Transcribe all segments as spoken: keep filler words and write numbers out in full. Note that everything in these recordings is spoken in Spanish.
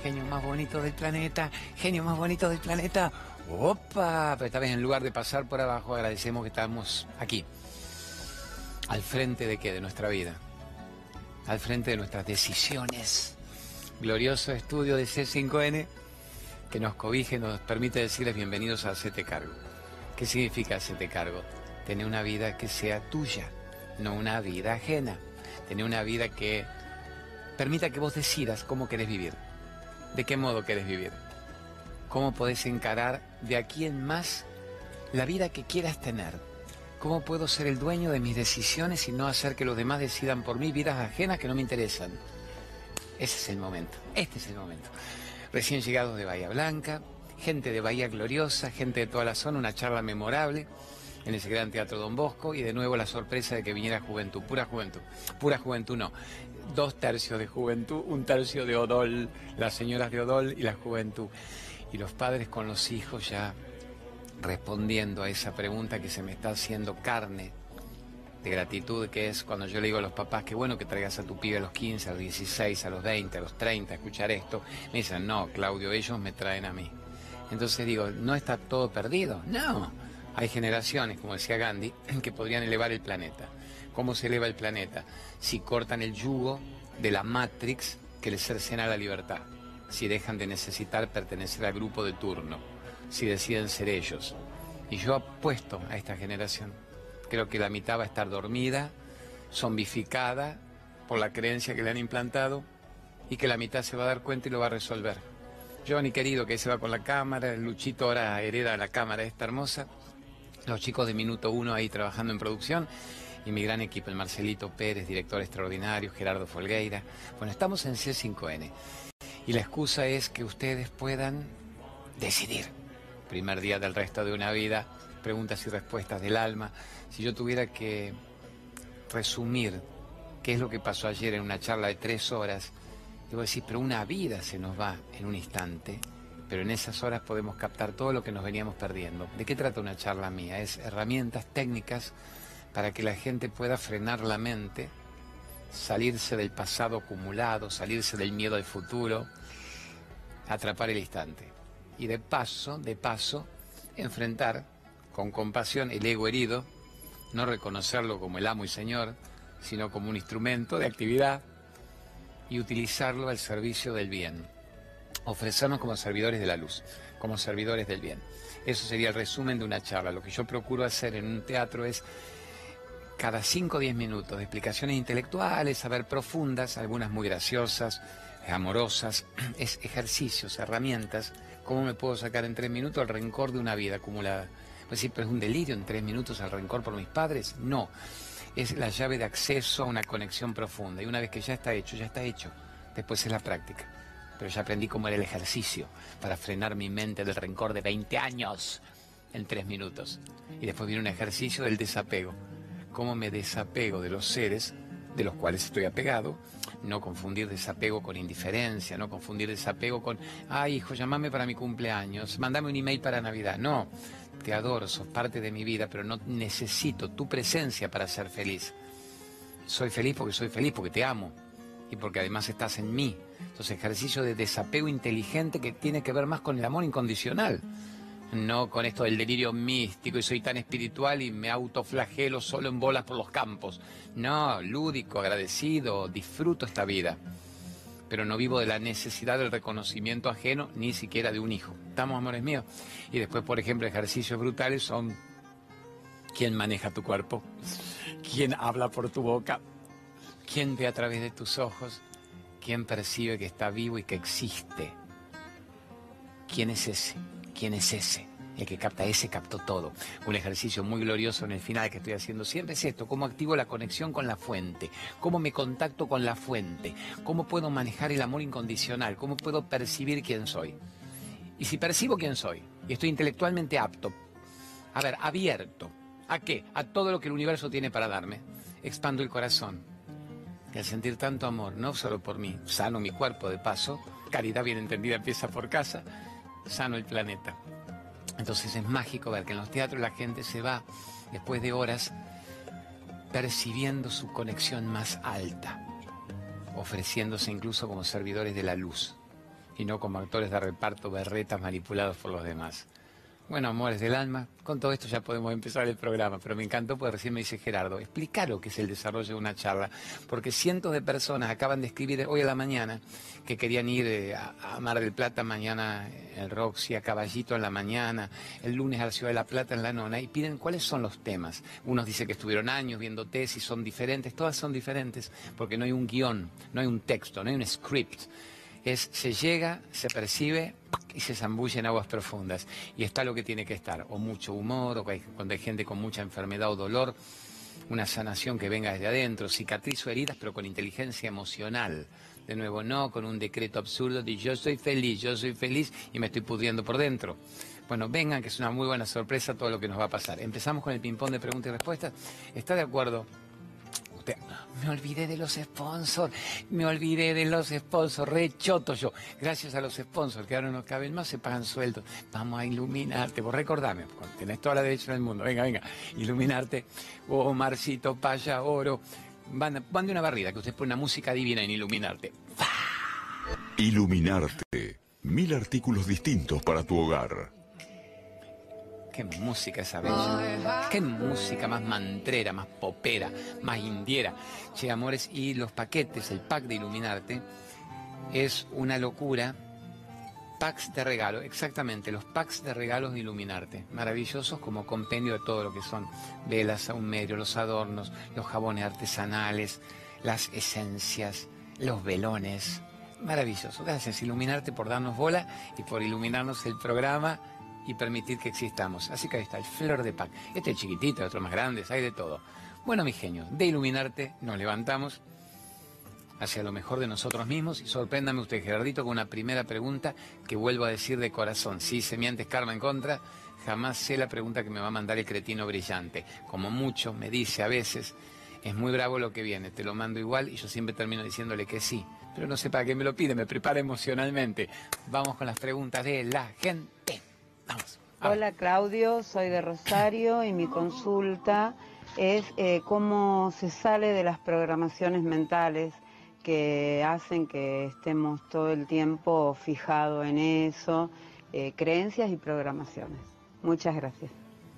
genio más bonito del planeta, genio más bonito del planeta. ¡Opa! Pero esta vez en lugar de pasar por abajo, agradecemos que estamos aquí. ¿Al frente de qué? De nuestra vida. Al frente de nuestras decisiones. Glorioso estudio de C cinco N que nos cobije, nos permite decirles bienvenidos a Hacete Cargo. ¿Qué significa Hacete Cargo? Tener una vida que sea tuya, no una vida ajena. Tener una vida que permita que vos decidas cómo querés vivir, de qué modo querés vivir, cómo podés encarar de aquí en más la vida que quieras tener, cómo puedo ser el dueño de mis decisiones y no hacer que los demás decidan por mí vidas ajenas que no me interesan. Ese es el momento, este es el momento. Recién llegados de Bahía Blanca, gente de Bahía Gloriosa, gente de toda la zona, una charla memorable en ese gran Teatro Don Bosco y de nuevo la sorpresa de que viniera juventud, pura juventud, pura juventud no, dos tercios de juventud, un tercio de Odol, las señoras de Odol y la juventud. Y los padres con los hijos ya respondiendo a esa pregunta que se me está haciendo carne de gratitud, que es cuando yo le digo a los papás que bueno que traigas a tu pibe a los quince, a los dieciséis, a los veinte, a los treinta a escuchar esto, me dicen, no, Claudio, ellos me traen a mí. Entonces digo, ¿no está todo perdido? No, hay generaciones, como decía Gandhi, que podrían elevar el planeta. ¿Cómo se eleva el planeta? Si cortan el yugo de la Matrix que les cercena la libertad, si dejan de necesitar pertenecer al grupo de turno, si deciden ser ellos. Y yo apuesto a esta generación. Creo que la mitad va a estar dormida, zombificada por la creencia que le han implantado y que la mitad se va a dar cuenta y lo va a resolver. Giovanni querido, que se va con la cámara, el Luchito ahora hereda la cámara esta hermosa, los chicos de Minuto Uno ahí trabajando en producción y mi gran equipo, el Marcelito Pérez, director extraordinario, Gerardo Folgueira. Bueno, estamos en C cinco N y la excusa es que ustedes puedan decidir. Primer día del resto de una vida, preguntas y respuestas del alma. Si yo tuviera que resumir qué es lo que pasó ayer en una charla de tres horas, debo decir, pero una vida se nos va en un instante, pero en esas horas podemos captar todo lo que nos veníamos perdiendo. ¿De qué trata una charla mía? Es herramientas técnicas para que la gente pueda frenar la mente, salirse del pasado acumulado, salirse del miedo al futuro, atrapar el instante. Y de paso, de paso, enfrentar con compasión el ego herido, no reconocerlo como el amo y señor, sino como un instrumento de actividad y utilizarlo al servicio del bien. Ofrecernos como servidores de la luz, como servidores del bien. Eso sería el resumen de una charla. Lo que yo procuro hacer en un teatro es cada cinco o diez minutos de explicaciones intelectuales, a ver, profundas, algunas muy graciosas, amorosas, es ejercicios, herramientas. ¿Cómo me puedo sacar en tres minutos el rencor de una vida acumulada? Pues sí, pero es un delirio en tres minutos el rencor por mis padres. No, es la llave de acceso a una conexión profunda. Y una vez que ya está hecho, ya está hecho. Después es la práctica. Pero ya aprendí cómo era el ejercicio para frenar mi mente del rencor de veinte años en tres minutos. Y después viene un ejercicio del desapego. Cómo me desapego de los seres de los cuales estoy apegado. No confundir desapego con indiferencia, no confundir desapego con, ay hijo, llámame para mi cumpleaños, mándame un email para Navidad. No, te adoro, sos parte de mi vida, pero no necesito tu presencia para ser feliz. Soy feliz porque soy feliz, porque te amo y porque además estás en mí. Entonces, ejercicio de desapego inteligente que tiene que ver más con el amor incondicional. No con esto del delirio místico y soy tan espiritual y me autoflagelo solo en bolas por los campos. No, lúdico, agradecido, disfruto esta vida. Pero no vivo de la necesidad del reconocimiento ajeno, ni siquiera de un hijo. ¿Estamos, amores míos? Y después, por ejemplo, ejercicios brutales son ¿quién maneja tu cuerpo? ¿Quién habla por tu boca? ¿Quién ve a través de tus ojos? ¿Quién percibe que está vivo y que existe? ¿Quién es ese? ¿Quién es ese? El que capta ese captó todo. Un ejercicio muy glorioso en el final que estoy haciendo siempre es esto, cómo activo la conexión con la fuente, cómo me contacto con la fuente, cómo puedo manejar el amor incondicional, cómo puedo percibir quién soy. Y si percibo quién soy y estoy intelectualmente apto, a ver, abierto, ¿a qué? A todo lo que el universo tiene para darme, expando el corazón. Y al sentir tanto amor, no solo por mí, sano mi cuerpo de paso, caridad bien entendida empieza por casa, sano el planeta. Entonces es mágico ver que en los teatros la gente se va, después de horas, percibiendo su conexión más alta, ofreciéndose incluso como servidores de la luz. y no como actores de reparto berretas manipulados por los demás. Bueno, amores del alma, con todo esto ya podemos empezar el programa, pero me encantó porque recién me dice Gerardo, explica lo que es el desarrollo de una charla, porque cientos de personas acaban de escribir hoy a la mañana que querían ir a Mar del Plata mañana, el Roxy, a Caballito en la mañana, el lunes a la Ciudad de la Plata en la nona, y piden cuáles son los temas. Unos dicen que estuvieron años viendo tesis, son diferentes, todas son diferentes, porque no hay un guión, no hay un texto, no hay un script. Es, se llega, se percibe y se zambulle en aguas profundas. Y está lo que tiene que estar, o mucho humor, o cuando hay gente con mucha enfermedad o dolor, una sanación que venga desde adentro, cicatriz o heridas, pero con inteligencia emocional. De nuevo, no con un decreto absurdo de yo soy feliz, yo soy feliz y me estoy pudriendo por dentro. Bueno, vengan, que es una muy buena sorpresa todo lo que nos va a pasar. Empezamos con el ping-pong de preguntas y respuestas. ¿Está de acuerdo? Me olvidé de los sponsors, me olvidé de los sponsors, re choto yo. Gracias a los sponsors, que ahora no caben más, se pagan sueldos. Vamos a iluminarte, vos recordame, tenés toda la derecha del mundo, venga, venga, iluminarte, vos, Marcito, Paya, Oro, van, van de una barrida, que usted pone una música divina en iluminarte. Iluminarte, mil artículos distintos para tu hogar. Qué música esa bella, qué música más mantrera, más popera, más indiera. Che, amores, y los paquetes, el pack de Iluminarte, es una locura. Packs de regalo, exactamente, los packs de regalos de Iluminarte, maravillosos como compendio de todo lo que son velas, saumerio, los adornos, los jabones artesanales, las esencias, los velones, maravilloso. Gracias, Iluminarte, por darnos bola y por iluminarnos el programa y permitir que existamos. Así que ahí está, el flor de pack. Este es chiquitito, otros más grandes, hay de todo. Bueno, mis genios, de Iluminarte nos levantamos hacia lo mejor de nosotros mismos y sorpréndame usted, Gerardito, con una primera pregunta que vuelvo a decir de corazón. Si se miente karma en contra, jamás sé la pregunta que me va a mandar el cretino brillante. Como mucho me dice a veces, es muy bravo lo que viene, te lo mando igual, y yo siempre termino diciéndole que sí. Pero no sé para qué me lo pide, me prepara emocionalmente. Vamos con las preguntas de la gente. Vamos. Hola Claudio, soy de Rosario y mi consulta es eh, cómo se sale de las programaciones mentales que hacen que estemos todo el tiempo fijados en eso, eh, creencias y programaciones. Muchas gracias.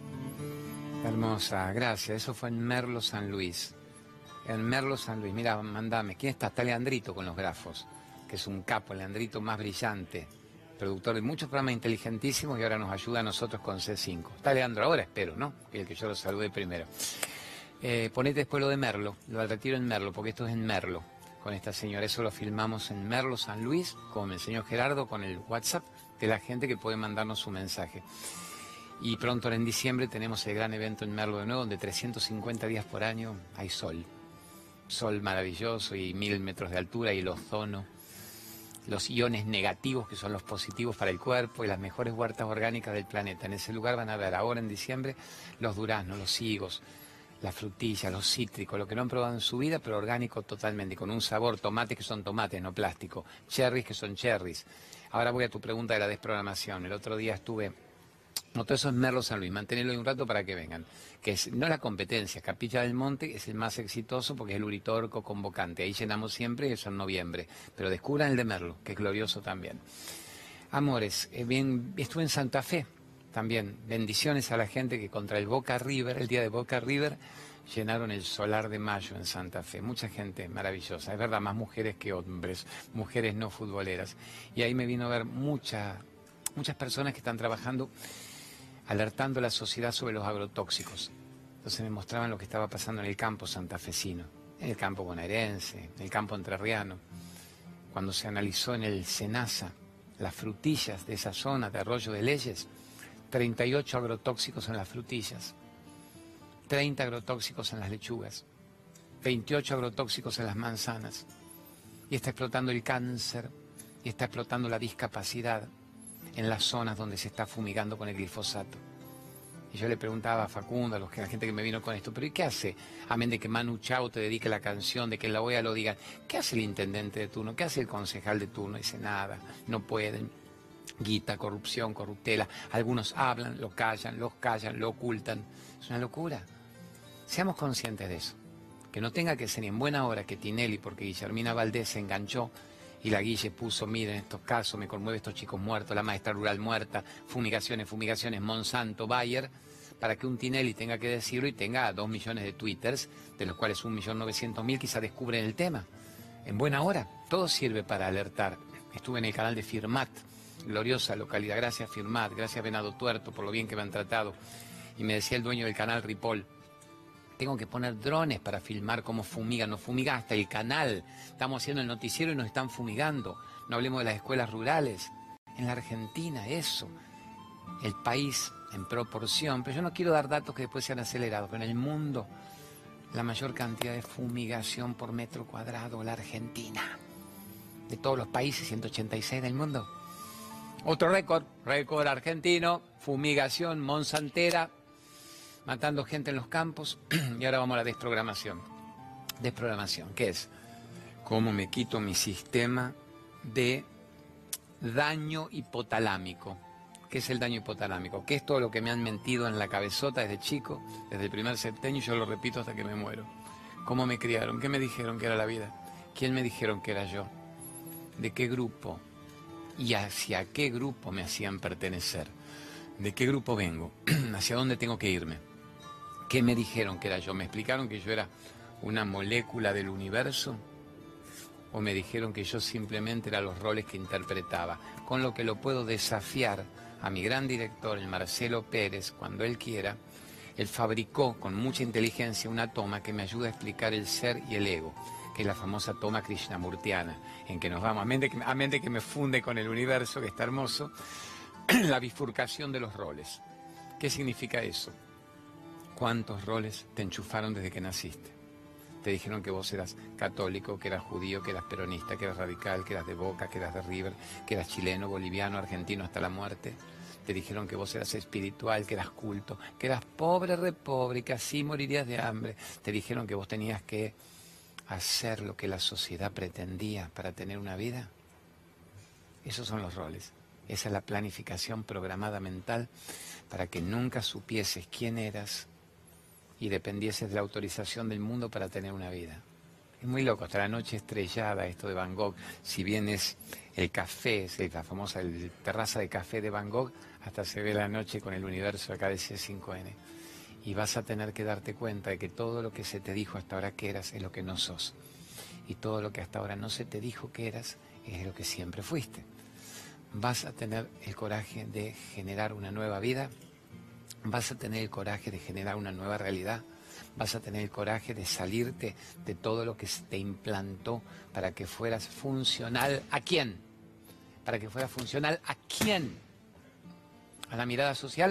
Hermosa, gracias. Eso fue en Merlo, San Luis. En Merlo, San Luis. Mira, mandame. ¿Quién está? Está Leandrito con los grafos, que es un capo, el Leandrito más brillante, productor de muchos programas inteligentísimos y ahora nos ayuda a nosotros con C cinco. Está Leandro ahora, espero, ¿no? El que yo lo saludé primero. Eh, ponete después lo de Merlo, lo del retiro en Merlo, porque esto es en Merlo, con esta señora. Eso lo filmamos en Merlo, San Luis, como me enseñó Gerardo, con el WhatsApp de la gente que puede mandarnos su mensaje. Y pronto en diciembre tenemos el gran evento en Merlo de nuevo, donde trescientos cincuenta días por año hay sol. Sol maravilloso y mil metros de altura y el ozono. Los iones negativos, que son los positivos para el cuerpo, y las mejores huertas orgánicas del planeta. En ese lugar van a ver ahora en diciembre los duraznos, los higos, las frutillas, los cítricos, lo que no han probado en su vida, pero orgánico totalmente, con un sabor, tomates que son tomates, no plástico, cherries que son cherries. Ahora voy a tu pregunta de la desprogramación. El otro día estuve... No, todo eso es Merlo San Luis, mantenerlo ahí un rato para que vengan. Que es, no la competencia, Capilla del Monte es el más exitoso porque es el Uritorco convocante. Ahí llenamos siempre y eso en noviembre. Pero descubran el de Merlo, que es glorioso también. Amores, eh, bien, estuve en Santa Fe también. Bendiciones a la gente que contra el Boca River, el día de Boca River, llenaron el Solar de Mayo en Santa Fe. Mucha gente maravillosa, es verdad, más mujeres que hombres, mujeres no futboleras. Y ahí me vino a ver mucha, muchas personas que están trabajando alertando a la sociedad sobre los agrotóxicos. Entonces me mostraban lo que estaba pasando en el campo santafesino, en el campo bonaerense, en el campo entrerriano. Cuando se analizó en el SENASA las frutillas de esa zona de Arroyo de Leyes, treinta y ocho agrotóxicos en las frutillas, treinta agrotóxicos en las lechugas, veintiocho agrotóxicos en las manzanas. Y está explotando el cáncer, y está explotando la discapacidad en las zonas donde se está fumigando con el glifosato. Y yo le preguntaba a Facundo, a, los, a la gente que me vino con esto, ¿pero y qué hace? Amén de que Manu Chao te dedique la canción, de que en la O E A lo digan. ¿Qué hace el intendente de turno? ¿Qué hace el concejal de turno? Dice nada, no pueden. Guita, corrupción, corruptela. Algunos hablan, lo callan, los callan, lo ocultan. Es una locura. Seamos conscientes de eso. Que no tenga que ser ni en buena hora que Tinelli, porque Guillermina Valdés se enganchó Y la Guille puso, miren estos casos, me conmueve estos chicos muertos, la maestra rural muerta, fumigaciones, fumigaciones, Monsanto, Bayer, para que un Tinelli tenga que decirlo y tenga dos millones de twitters, de los cuales un millón novecientos mil quizá descubren el tema. En buena hora, todo sirve para alertar. Estuve en el canal de Firmat, gloriosa localidad, gracias Firmat, gracias Venado Tuerto por lo bien que me han tratado. Y me decía el dueño del canal Ripoll, tengo que poner drones para filmar cómo fumigan, nos fumiga hasta el canal. Estamos haciendo el noticiero y nos están fumigando. No hablemos de las escuelas rurales. En la Argentina, eso. El país en proporción, pero yo no quiero dar datos que después sean acelerados, pero en el mundo, la mayor cantidad de fumigación por metro cuadrado, la Argentina. De todos los países, ciento ochenta y seis del mundo. Otro récord, récord argentino, fumigación monsantera, matando gente en los campos. Y ahora vamos a la desprogramación. Desprogramación, ¿qué es? ¿Cómo me quito mi sistema de daño hipotalámico? ¿Qué es el daño hipotalámico? ¿Qué es todo lo que me han mentido en la cabezota desde chico, desde el primer septenio, y yo lo repito hasta que me muero? ¿Cómo me criaron? ¿Qué me dijeron que era la vida? ¿Quién me dijeron que era yo? ¿De qué grupo? ¿Y hacia qué grupo me hacían pertenecer? ¿De qué grupo vengo? ¿Hacia dónde tengo que irme? ¿Qué me dijeron que era yo? ¿Me explicaron que yo era una molécula del universo? ¿O me dijeron que yo simplemente era los roles que interpretaba? Con lo que lo puedo desafiar a mi gran director, el Marcelo Pérez, cuando él quiera. Él fabricó con mucha inteligencia una toma que me ayuda a explicar el ser y el ego, que es la famosa toma krishnamurtiana, en que nos vamos, a mente que, a mente que me funde con el universo, que está hermoso, la bifurcación de los roles. ¿Qué significa eso? ¿Cuántos roles te enchufaron desde que naciste? Te dijeron que vos eras católico, que eras judío, que eras peronista, que eras radical, que eras de Boca, que eras de River, que eras chileno, boliviano, argentino hasta la muerte. Te dijeron que vos eras espiritual, que eras culto, que eras pobre, re pobre, y que así morirías de hambre. Te dijeron que vos tenías que hacer lo que la sociedad pretendía para tener una vida. Esos son los roles. Esa es la planificación programada mental para que nunca supieses quién eras y dependieses de la autorización del mundo para tener una vida. Es muy loco, hasta la noche estrellada esto de Van Gogh. Si bien es el café, es la famosa el terraza de café de Van Gogh, hasta se ve la noche con el universo acá de C cinco N. Y vas a tener que darte cuenta de que todo lo que se te dijo hasta ahora que eras es lo que no sos. Y todo lo que hasta ahora no se te dijo que eras es lo que siempre fuiste. Vas a tener el coraje de generar una nueva vida. Vas a tener el coraje de generar una nueva realidad. Vas a tener el coraje de salirte de todo lo que te implantó para que fueras funcional. ¿A quién? Para que fueras funcional. ¿A quién? ¿A la mirada social?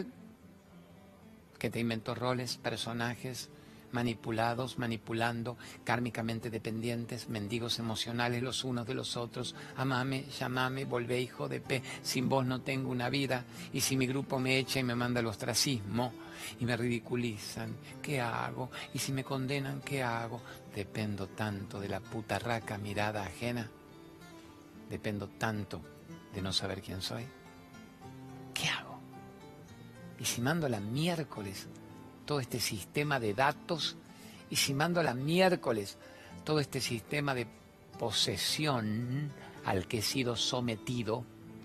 Que te inventó roles, personajes manipulados, manipulando, kármicamente dependientes, mendigos emocionales los unos de los otros. Amame, llamame, volvé hijo de P, sin vos no tengo una vida, y si mi grupo me echa y me manda al ostracismo y me ridiculizan, ¿qué hago? Y si me condenan, ¿qué hago? Dependo tanto de la putarraca mirada ajena, dependo tanto de no saber quién soy. ¿Qué hago? Y si mando a la miércoles todo este sistema de datos, y si mando a la miércoles todo este sistema de posesión al que he sido sometido.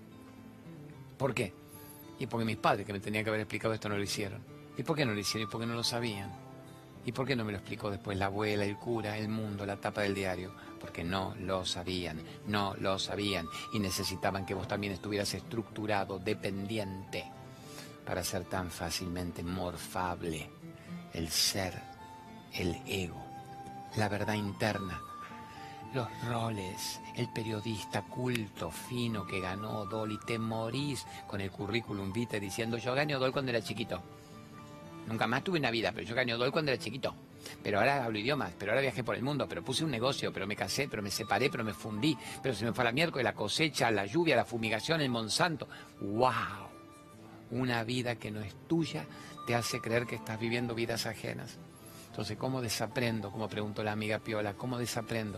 ¿Por qué? Y porque mis padres, que me tenían que haber explicado esto, no lo hicieron. ¿Y por qué no lo hicieron? ¿Y por qué no lo sabían? ¿Y por qué no me lo explicó después la abuela, el cura, el mundo, la tapa del diario? Porque no lo sabían, no lo sabían, y necesitaban que vos también estuvieras estructurado, dependiente, para ser tan fácilmente morfable el ser, el ego, la verdad interna, los roles, el periodista culto, fino que ganó Odol, y te morís con el currículum vitae diciendo yo gané Odol cuando era chiquito. Nunca más tuve una vida, pero yo gané Odol cuando era chiquito. Pero ahora hablo idiomas, pero ahora viajé por el mundo, pero puse un negocio, pero me casé, pero me separé, pero me fundí, pero se me fue a la miércoles, la cosecha, la lluvia, la fumigación, el Monsanto. ¡Wow! Una vida que no es tuya te hace creer que estás viviendo vidas ajenas. Entonces, ¿cómo desaprendo? Como preguntó la amiga Piola, ¿cómo desaprendo?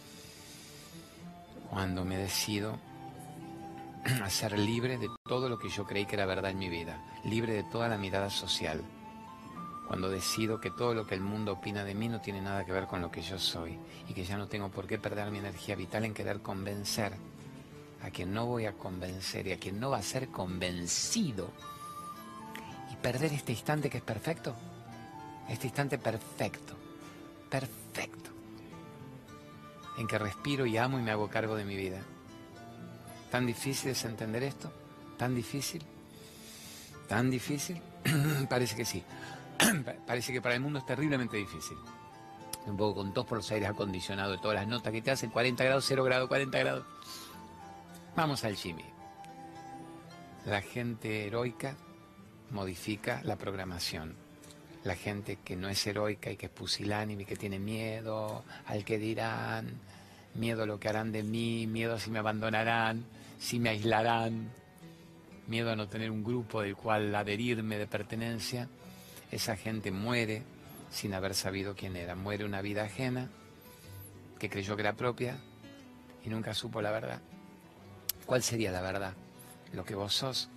Cuando me decido a ser libre de todo lo que yo creí que era verdad en mi vida, libre de toda la mirada social. Cuando Cuando decido que todo lo que el mundo opina de mí no tiene nada que ver con lo que yo soy y que ya no tengo por qué perder mi energía vital en querer convencer a quien no voy a convencer y a quien no va a ser convencido, y perder este instante que es perfecto, este instante perfecto, perfecto, en que respiro y amo y me hago cargo de mi vida. ¿Tan difícil es entender esto? ¿Tan difícil? ¿Tan difícil? Parece que sí. Parece que para el mundo es terriblemente difícil. Un poco con tos por los aires acondicionados, de todas las notas que te hacen, cuarenta grados, cero grados, cuarenta grados. Vamos al Jimmy. La gente heroica modifica la programación. La gente que no es heroica y que es pusilánime y que tiene miedo al que dirán, miedo a lo que harán de mí, miedo a si me abandonarán, si me aislarán, miedo a no tener un grupo del cual adherirme de pertenencia, esa gente muere sin haber sabido quién era. Muere una vida ajena que creyó que era propia y nunca supo la verdad. ¿Cuál sería la verdad? Lo que vos sos.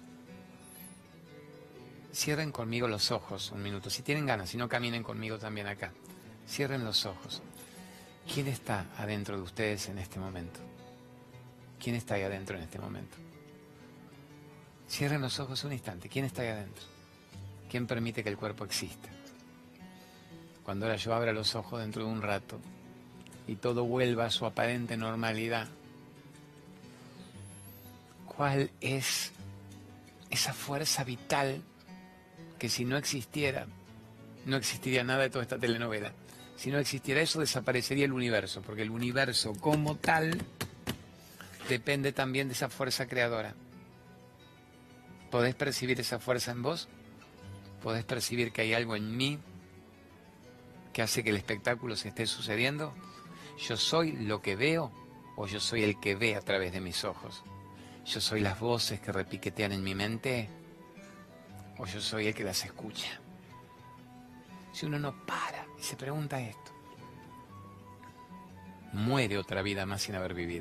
Cierren conmigo los ojos un minuto. Si tienen ganas, si no, caminen conmigo también acá. Cierren los ojos. ¿Quién está adentro de ustedes en este momento? ¿Quién está ahí adentro en este momento? Cierren los ojos un instante. ¿Quién está ahí adentro? ¿Quién permite que el cuerpo exista? Cuando ahora yo abra los ojos dentro de un rato y todo vuelva a su aparente normalidad, ¿cuál es esa fuerza vital que si no existiera, no existiría nada de toda esta telenovela? Si no existiera eso, desaparecería el universo, porque el universo como tal depende también de esa fuerza creadora. ¿Podés percibir esa fuerza en vos? ¿Podés percibir que hay algo en mí que hace que el espectáculo se esté sucediendo? ¿Yo soy lo que veo o yo soy el que ve a través de mis ojos? ¿Yo soy las voces que repiquetean en mi mente o yo soy el que las escucha? Si uno no para y se pregunta esto, muere otra vida más sin haber vivido.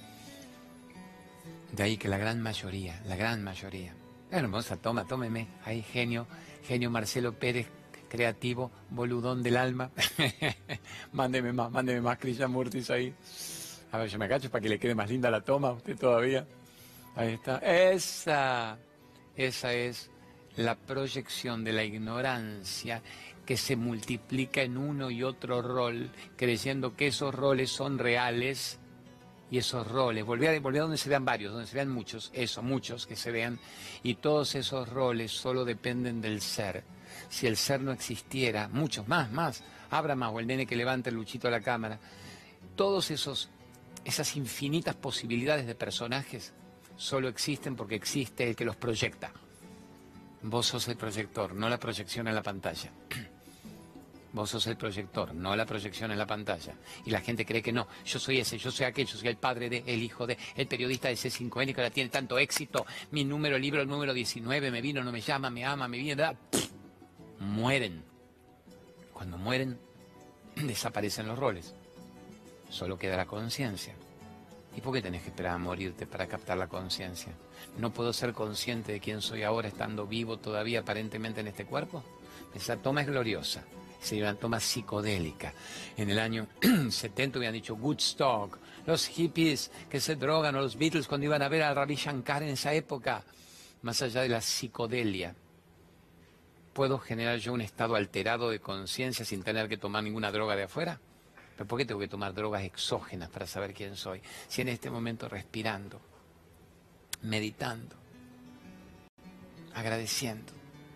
De ahí que la gran mayoría, la gran mayoría, hermosa, toma, tómeme, ahí genio, genio Marcelo Pérez, creativo, boludón del alma. Mándeme más, mándeme más Krishnamurtis ahí. A ver, yo me agacho para que le quede más linda la toma a usted todavía. Ahí está. Esa, esa es la proyección de la ignorancia que se multiplica en uno y otro rol, creyendo que esos roles son reales. Y esos roles, volví a, volví a donde se vean varios, donde se vean muchos, eso, muchos que se vean, y todos esos roles solo dependen del ser. Si el ser no existiera, muchos más, más, abra más, o el nene que levanta el luchito a la cámara, todos esos, esas infinitas posibilidades de personajes solo existen porque existe el que los proyecta. Vos sos el proyector, no la proyección en la pantalla. Vos sos el proyector, no la proyección en la pantalla. Y la gente cree que no. Yo soy ese, yo soy aquel, yo soy el padre de, el hijo de, el periodista de C cinco N que ahora tiene tanto éxito. Mi número, el libro, el número diecinueve, me vino, no me llama, me ama, me viene. Pff, mueren. Cuando mueren, desaparecen los roles. Solo queda la conciencia. ¿Y por qué tenés que esperar a morirte para captar la conciencia? ¿No puedo ser consciente de quién soy ahora estando vivo todavía aparentemente en este cuerpo? Esa toma es gloriosa. Se llama toma psicodélica. En el año setenta habían dicho Woodstock, los hippies que se drogan, o los Beatles cuando iban a ver a Ravi Shankar en esa época. Más allá de la psicodelia, ¿puedo generar yo un estado alterado de conciencia sin tener que tomar ninguna droga de afuera? ¿Pero por qué tengo que tomar drogas exógenas para saber quién soy? Si en este momento respirando, meditando, agradeciendo,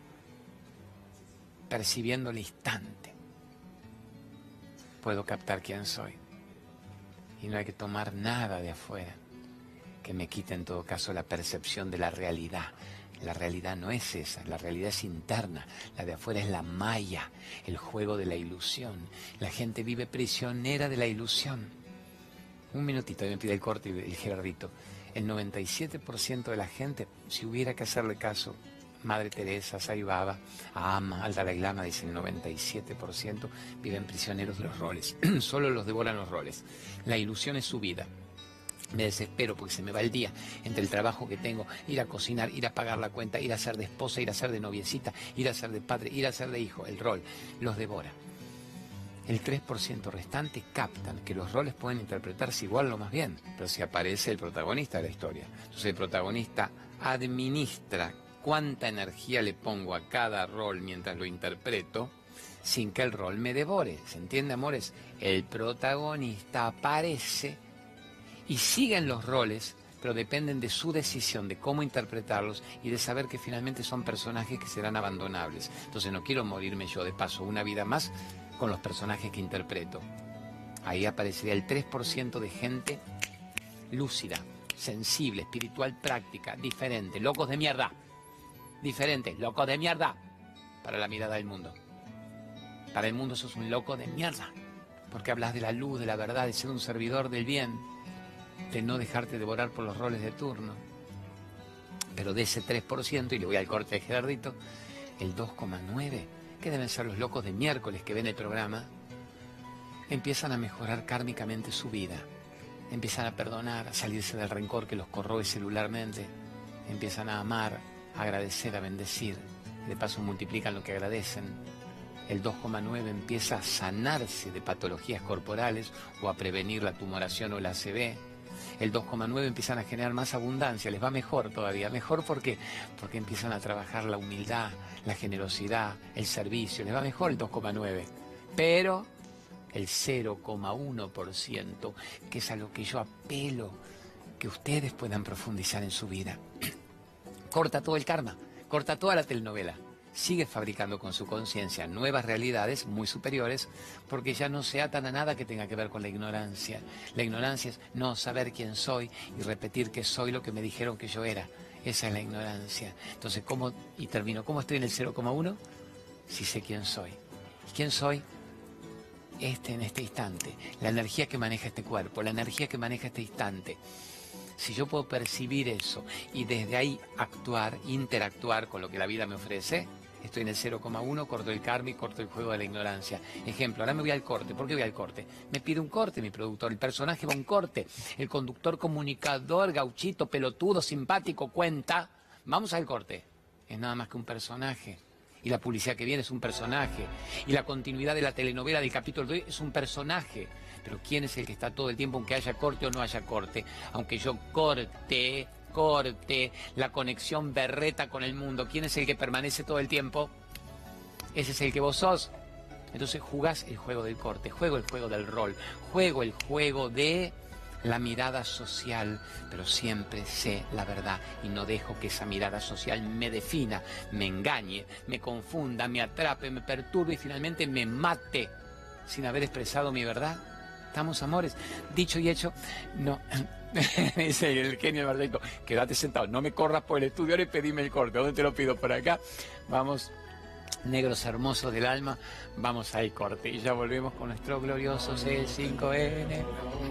percibiendo el instante, puedo captar quién soy. Y no hay que tomar nada de afuera que me quite en todo caso la percepción de la realidad. La realidad no es esa, la realidad es interna. La de afuera es la maya, el juego de la ilusión. La gente vive prisionera de la ilusión. Un minutito, me pide el corte y el Gerardito. El noventa y siete por ciento de la gente, si hubiera que hacerle caso, Madre Teresa, Sai Baba, Ama, al Dalai Lama, dice el noventa y siete por ciento viven prisioneros de los roles. Solo los devoran los roles. La ilusión es su vida. Me desespero porque se me va el día entre el trabajo que tengo, ir a cocinar, ir a pagar la cuenta, ir a ser de esposa, ir a ser de noviecita, ir a ser de padre, ir a ser de hijo. El rol los devora. El tres por ciento restante captan que los roles pueden interpretarse igual o más bien, pero si aparece el protagonista de la historia. Entonces el protagonista administra cuánta energía le pongo a cada rol mientras lo interpreto, sin que el rol me devore. ¿Se entiende, amores? El protagonista aparece y siguen los roles, pero dependen de su decisión, de cómo interpretarlos y de saber que finalmente son personajes que serán abandonables. Entonces no quiero morirme yo de paso una vida más con los personajes que interpreto. Ahí aparecería el tres por ciento de gente lúcida, sensible, espiritual, práctica, diferente, locos de mierda. Diferentes, locos de mierda para la mirada del mundo. Para el mundo sos un loco de mierda, porque hablas de la luz, de la verdad, de ser un servidor del bien, de no dejarte devorar por los roles de turno. Pero de ese tres por ciento, y le voy al corte de Gerardito, el dos coma nueve, que deben ser los locos de miércoles que ven el programa, empiezan a mejorar kármicamente su vida, empiezan a perdonar, a salirse del rencor que los corroe celularmente, empiezan a amar, a agradecer, a bendecir, de paso multiplican lo que agradecen. El dos coma nueve empieza a sanarse de patologías corporales o a prevenir la tumoración o la A C V. El dos coma nueve empiezan a generar más abundancia, les va mejor todavía. ¿Mejor por qué? Porque empiezan a trabajar la humildad, la generosidad, el servicio. Les va mejor el dos coma nueve. Pero el cero coma uno por ciento, que es a lo que yo apelo, que ustedes puedan profundizar en su vida. Corta todo el karma, corta toda la telenovela. Sigue fabricando con su conciencia nuevas realidades muy superiores, porque ya no se atan a nada que tenga que ver con la ignorancia. La ignorancia es no saber quién soy y repetir que soy lo que me dijeron que yo era. Esa es la ignorancia. Entonces, ¿cómo? Y termino, ¿cómo estoy en el cero coma uno? Si sé quién soy. ¿Y quién soy? Este en este instante. La energía que maneja este cuerpo, la energía que maneja este instante. Si yo puedo percibir eso y desde ahí actuar, interactuar con lo que la vida me ofrece, estoy en el cero coma uno, corto el karma y corto el juego de la ignorancia. Ejemplo, ahora me voy al corte. ¿Por qué voy al corte? Me pide un corte mi productor, el personaje va a un corte. El conductor, comunicador, gauchito, pelotudo, simpático, cuenta. Vamos al corte. Es nada más que un personaje. Y la publicidad que viene es un personaje. Y la continuidad de la telenovela del capítulo de hoy es un personaje. Pero ¿quién es el que está todo el tiempo, aunque haya corte o no haya corte? Aunque yo corte, corte, la conexión berreta con el mundo. ¿Quién es el que permanece todo el tiempo? Ese es el que vos sos. Entonces jugás el juego del corte, juego el juego del rol, juego el juego de la mirada social, pero siempre sé la verdad y no dejo que esa mirada social me defina, me engañe, me confunda, me atrape, me perturbe y finalmente me mate sin haber expresado mi verdad. ¿Estamos, amores? Dicho y hecho, no. Dice el genio Alberto, quédate sentado, no me corras por el estudio ahora y pedime el corte. ¿Dónde te lo pido? Por acá. Vamos, negros hermosos del alma, vamos al corte. Y ya volvemos con nuestro glorioso C cinco N.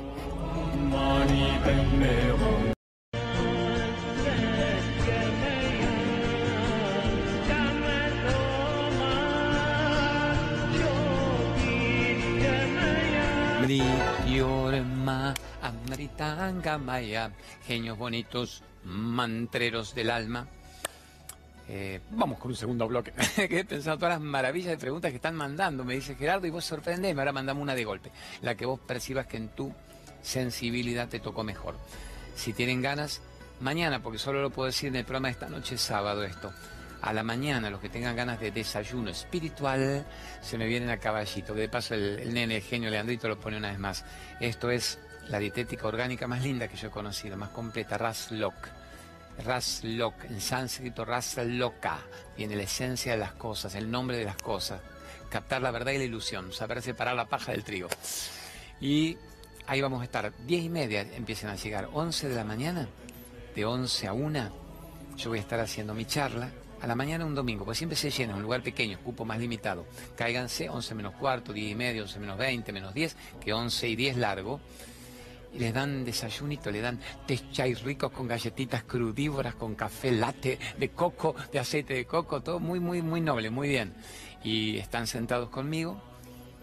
Maya, genios bonitos, mantreros del alma. Eh, vamos con un segundo bloque. Que he pensado todas las maravillas de preguntas que están mandando. Me dice Gerardo, y vos sorprendeme, ahora mandame una de golpe. La que vos percibas que en tu sensibilidad te tocó mejor. Si tienen ganas, mañana, porque solo lo puedo decir en el programa de esta noche, sábado esto. A la mañana, los que tengan ganas de desayuno espiritual, se me vienen a caballito. Que de paso el, el nene, el genio Leandrito, lo pone una vez más. Esto es la dietética orgánica más linda que yo he conocido, más completa, Raslok. Raslok, en sánscrito Rasloka, viene la esencia de las cosas, el nombre de las cosas. Captar la verdad y la ilusión, saber separar la paja del trigo. Y ahí vamos a estar, diez y media empiezan a llegar, once de la mañana, de once a una, yo voy a estar haciendo mi charla. A la mañana un domingo, pues siempre se llena, un lugar pequeno, cupo más limitado. Cáiganse, once menos cuarto, diez y medio, once menos veinte, menos diez, que once y diez largo. Y les dan desayunito, le dan té chai ricos con galletitas crudívoras, con café latte de coco, de aceite de coco, todo muy, muy, muy noble, muy bien. Y están sentados conmigo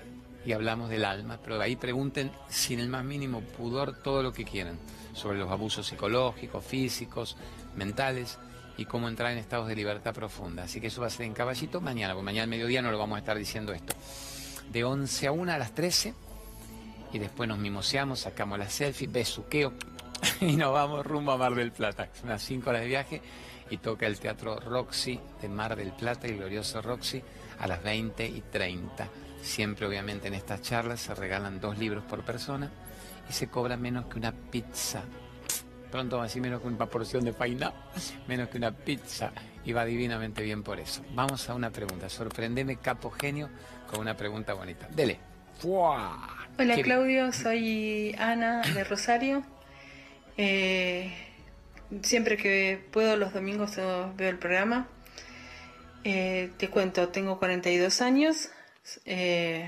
y hablamos del alma, pero ahí pregunten sin el más mínimo pudor todo lo que quieran sobre los abusos psicológicos, físicos, mentales y cómo entrar en estados de libertad profunda. Así que eso va a ser en Caballito mañana, porque mañana al mediodía no lo vamos a estar diciendo esto. De once a una a las trece y después nos mimoseamos, sacamos la selfie, besuqueo y nos vamos rumbo a Mar del Plata. Son unas cinco horas de viaje y toca el Teatro Roxy de Mar del Plata, el glorioso Roxy, a las veinte y treinta. Siempre, obviamente, en estas charlas se regalan dos libros por persona y se cobra menos que una pizza. Pronto va a decir menos que una porción de faina, menos que una pizza, y va divinamente bien por eso. Vamos a una pregunta. Sorprendeme, capo genio, con una pregunta bonita. Dele. ¡Fua! Hola, ¿Qué... Claudio, soy Ana de Rosario. Eh, siempre que puedo los domingos veo el programa. Eh, te cuento, tengo cuarenta y dos años, eh,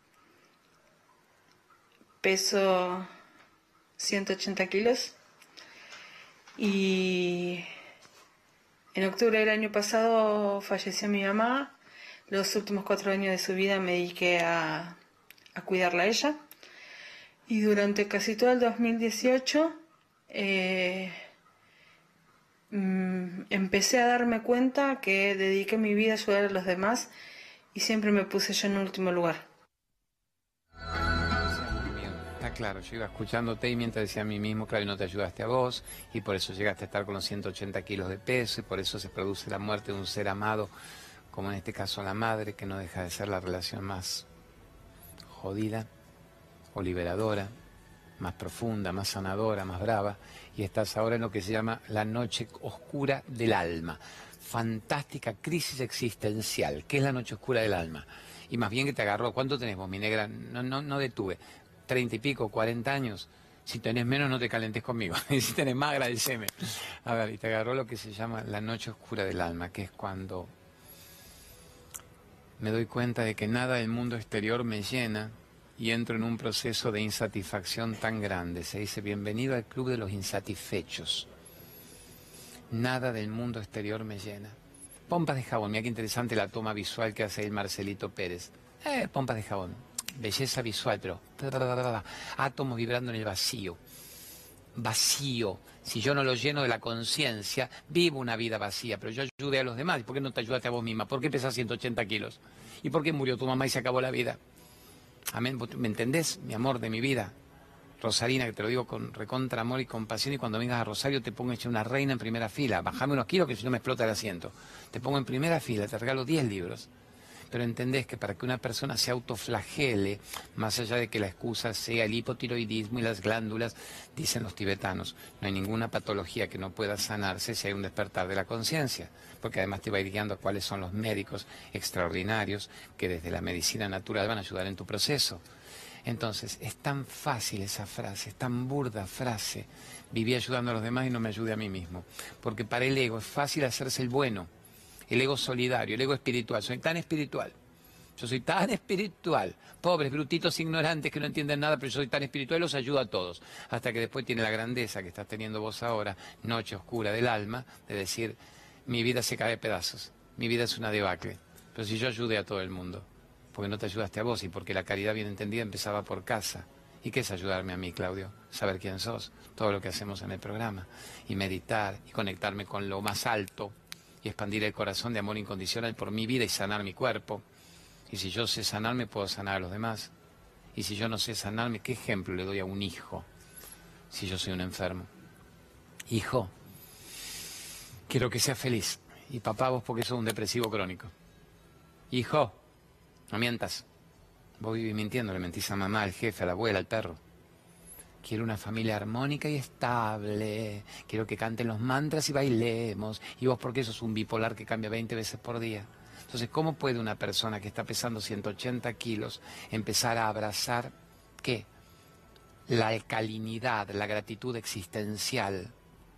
peso ciento ochenta kilos y en octubre del año pasado falleció mi mamá. Los últimos cuatro años de su vida me dediqué a, a cuidarla a ella y durante casi todo el dos mil dieciocho eh, empecé a darme cuenta que dediqué mi vida a ayudar a los demás y siempre me puse yo en último lugar. Está claro, yo iba escuchándote y mientras decía a mí mismo, claro, y no te ayudaste a vos, y por eso llegaste a estar con los ciento ochenta kilos de peso, y por eso se produce la muerte de un ser amado, como en este caso la madre, que no deja de ser la relación más jodida o liberadora, más profunda, más sanadora, más brava, y estás ahora en lo que se llama la noche oscura del alma. Fantástica crisis existencial. ¿Qué es la noche oscura del alma? Y más bien que te agarró, ¿cuánto tenés vos, mi negra? No, no, no detuve. Treinta y pico, cuarenta años. Si tenés menos, no te calentes conmigo. Y si tenés más, agradeceme. A ver, y te agarró lo que se llama la noche oscura del alma, que es cuando me doy cuenta de que nada del mundo exterior me llena y entro en un proceso de insatisfacción tan grande. Se dice, bienvenido al club de los insatisfechos. Nada del mundo exterior me llena. Pompas de jabón, mira qué interesante la toma visual que hace el Marcelito Pérez. Eh, pompas de jabón, belleza visual, pero átomos vibrando en el vacío. Vacío. Si yo no lo lleno de la conciencia, vivo una vida vacía, pero yo ayudé a los demás. ¿Y por qué no te ayudaste a vos misma? ¿Por qué pesas ciento ochenta kilos? ¿Y por qué murió tu mamá y se acabó la vida? Amén. ¿Me entendés, mi amor de mi vida? Rosarina, que te lo digo con recontra amor y compasión, y cuando vengas a Rosario te pongo hecha una reina en primera fila. Bajame unos kilos que si no me explota el asiento. Te pongo en primera fila, te regalo diez libros. Pero entendés que para que una persona se autoflagele, más allá de que la excusa sea el hipotiroidismo y las glándulas, dicen los tibetanos, no hay ninguna patología que no pueda sanarse si hay un despertar de la conciencia, porque además te va a ir guiando a cuáles son los médicos extraordinarios que desde la medicina natural van a ayudar en tu proceso. Entonces, es tan fácil esa frase, es tan burda frase, viví ayudando a los demás y no me ayude a mí mismo, porque para el ego es fácil hacerse el bueno. El ego solidario, el ego espiritual. Soy tan espiritual. Yo soy tan espiritual. Pobres, brutitos, ignorantes que no entienden nada, pero yo soy tan espiritual y los ayudo a todos. Hasta que después tiene la grandeza que estás teniendo vos ahora, noche oscura del alma, de decir, mi vida se cae de pedazos. Mi vida es una debacle. Pero si yo ayudé a todo el mundo, porque no te ayudaste a vos y porque la caridad bien entendida empezaba por casa. ¿Y qué es ayudarme a mí, Claudio? Saber quién sos, todo lo que hacemos en el programa. Y meditar y conectarme con lo más alto. Y expandir el corazón de amor incondicional por mi vida y sanar mi cuerpo. Y si yo sé sanarme, puedo sanar a los demás. Y si yo no sé sanarme, ¿qué ejemplo le doy a un hijo si yo soy un enfermo? Hijo, quiero que seas feliz. Y papá, vos porque sos un depresivo crónico. Hijo, no mientas. Vos vivís mintiendo, le mentís a mamá, al jefe, a la abuela, al perro. Quiero una familia armónica y estable. Quiero que canten los mantras y bailemos. Y vos porque sos un bipolar que cambia veinte veces por día. Entonces, ¿cómo puede una persona que está pesando ciento ochenta kilos empezar a abrazar, qué? La alcalinidad, la gratitud existencial,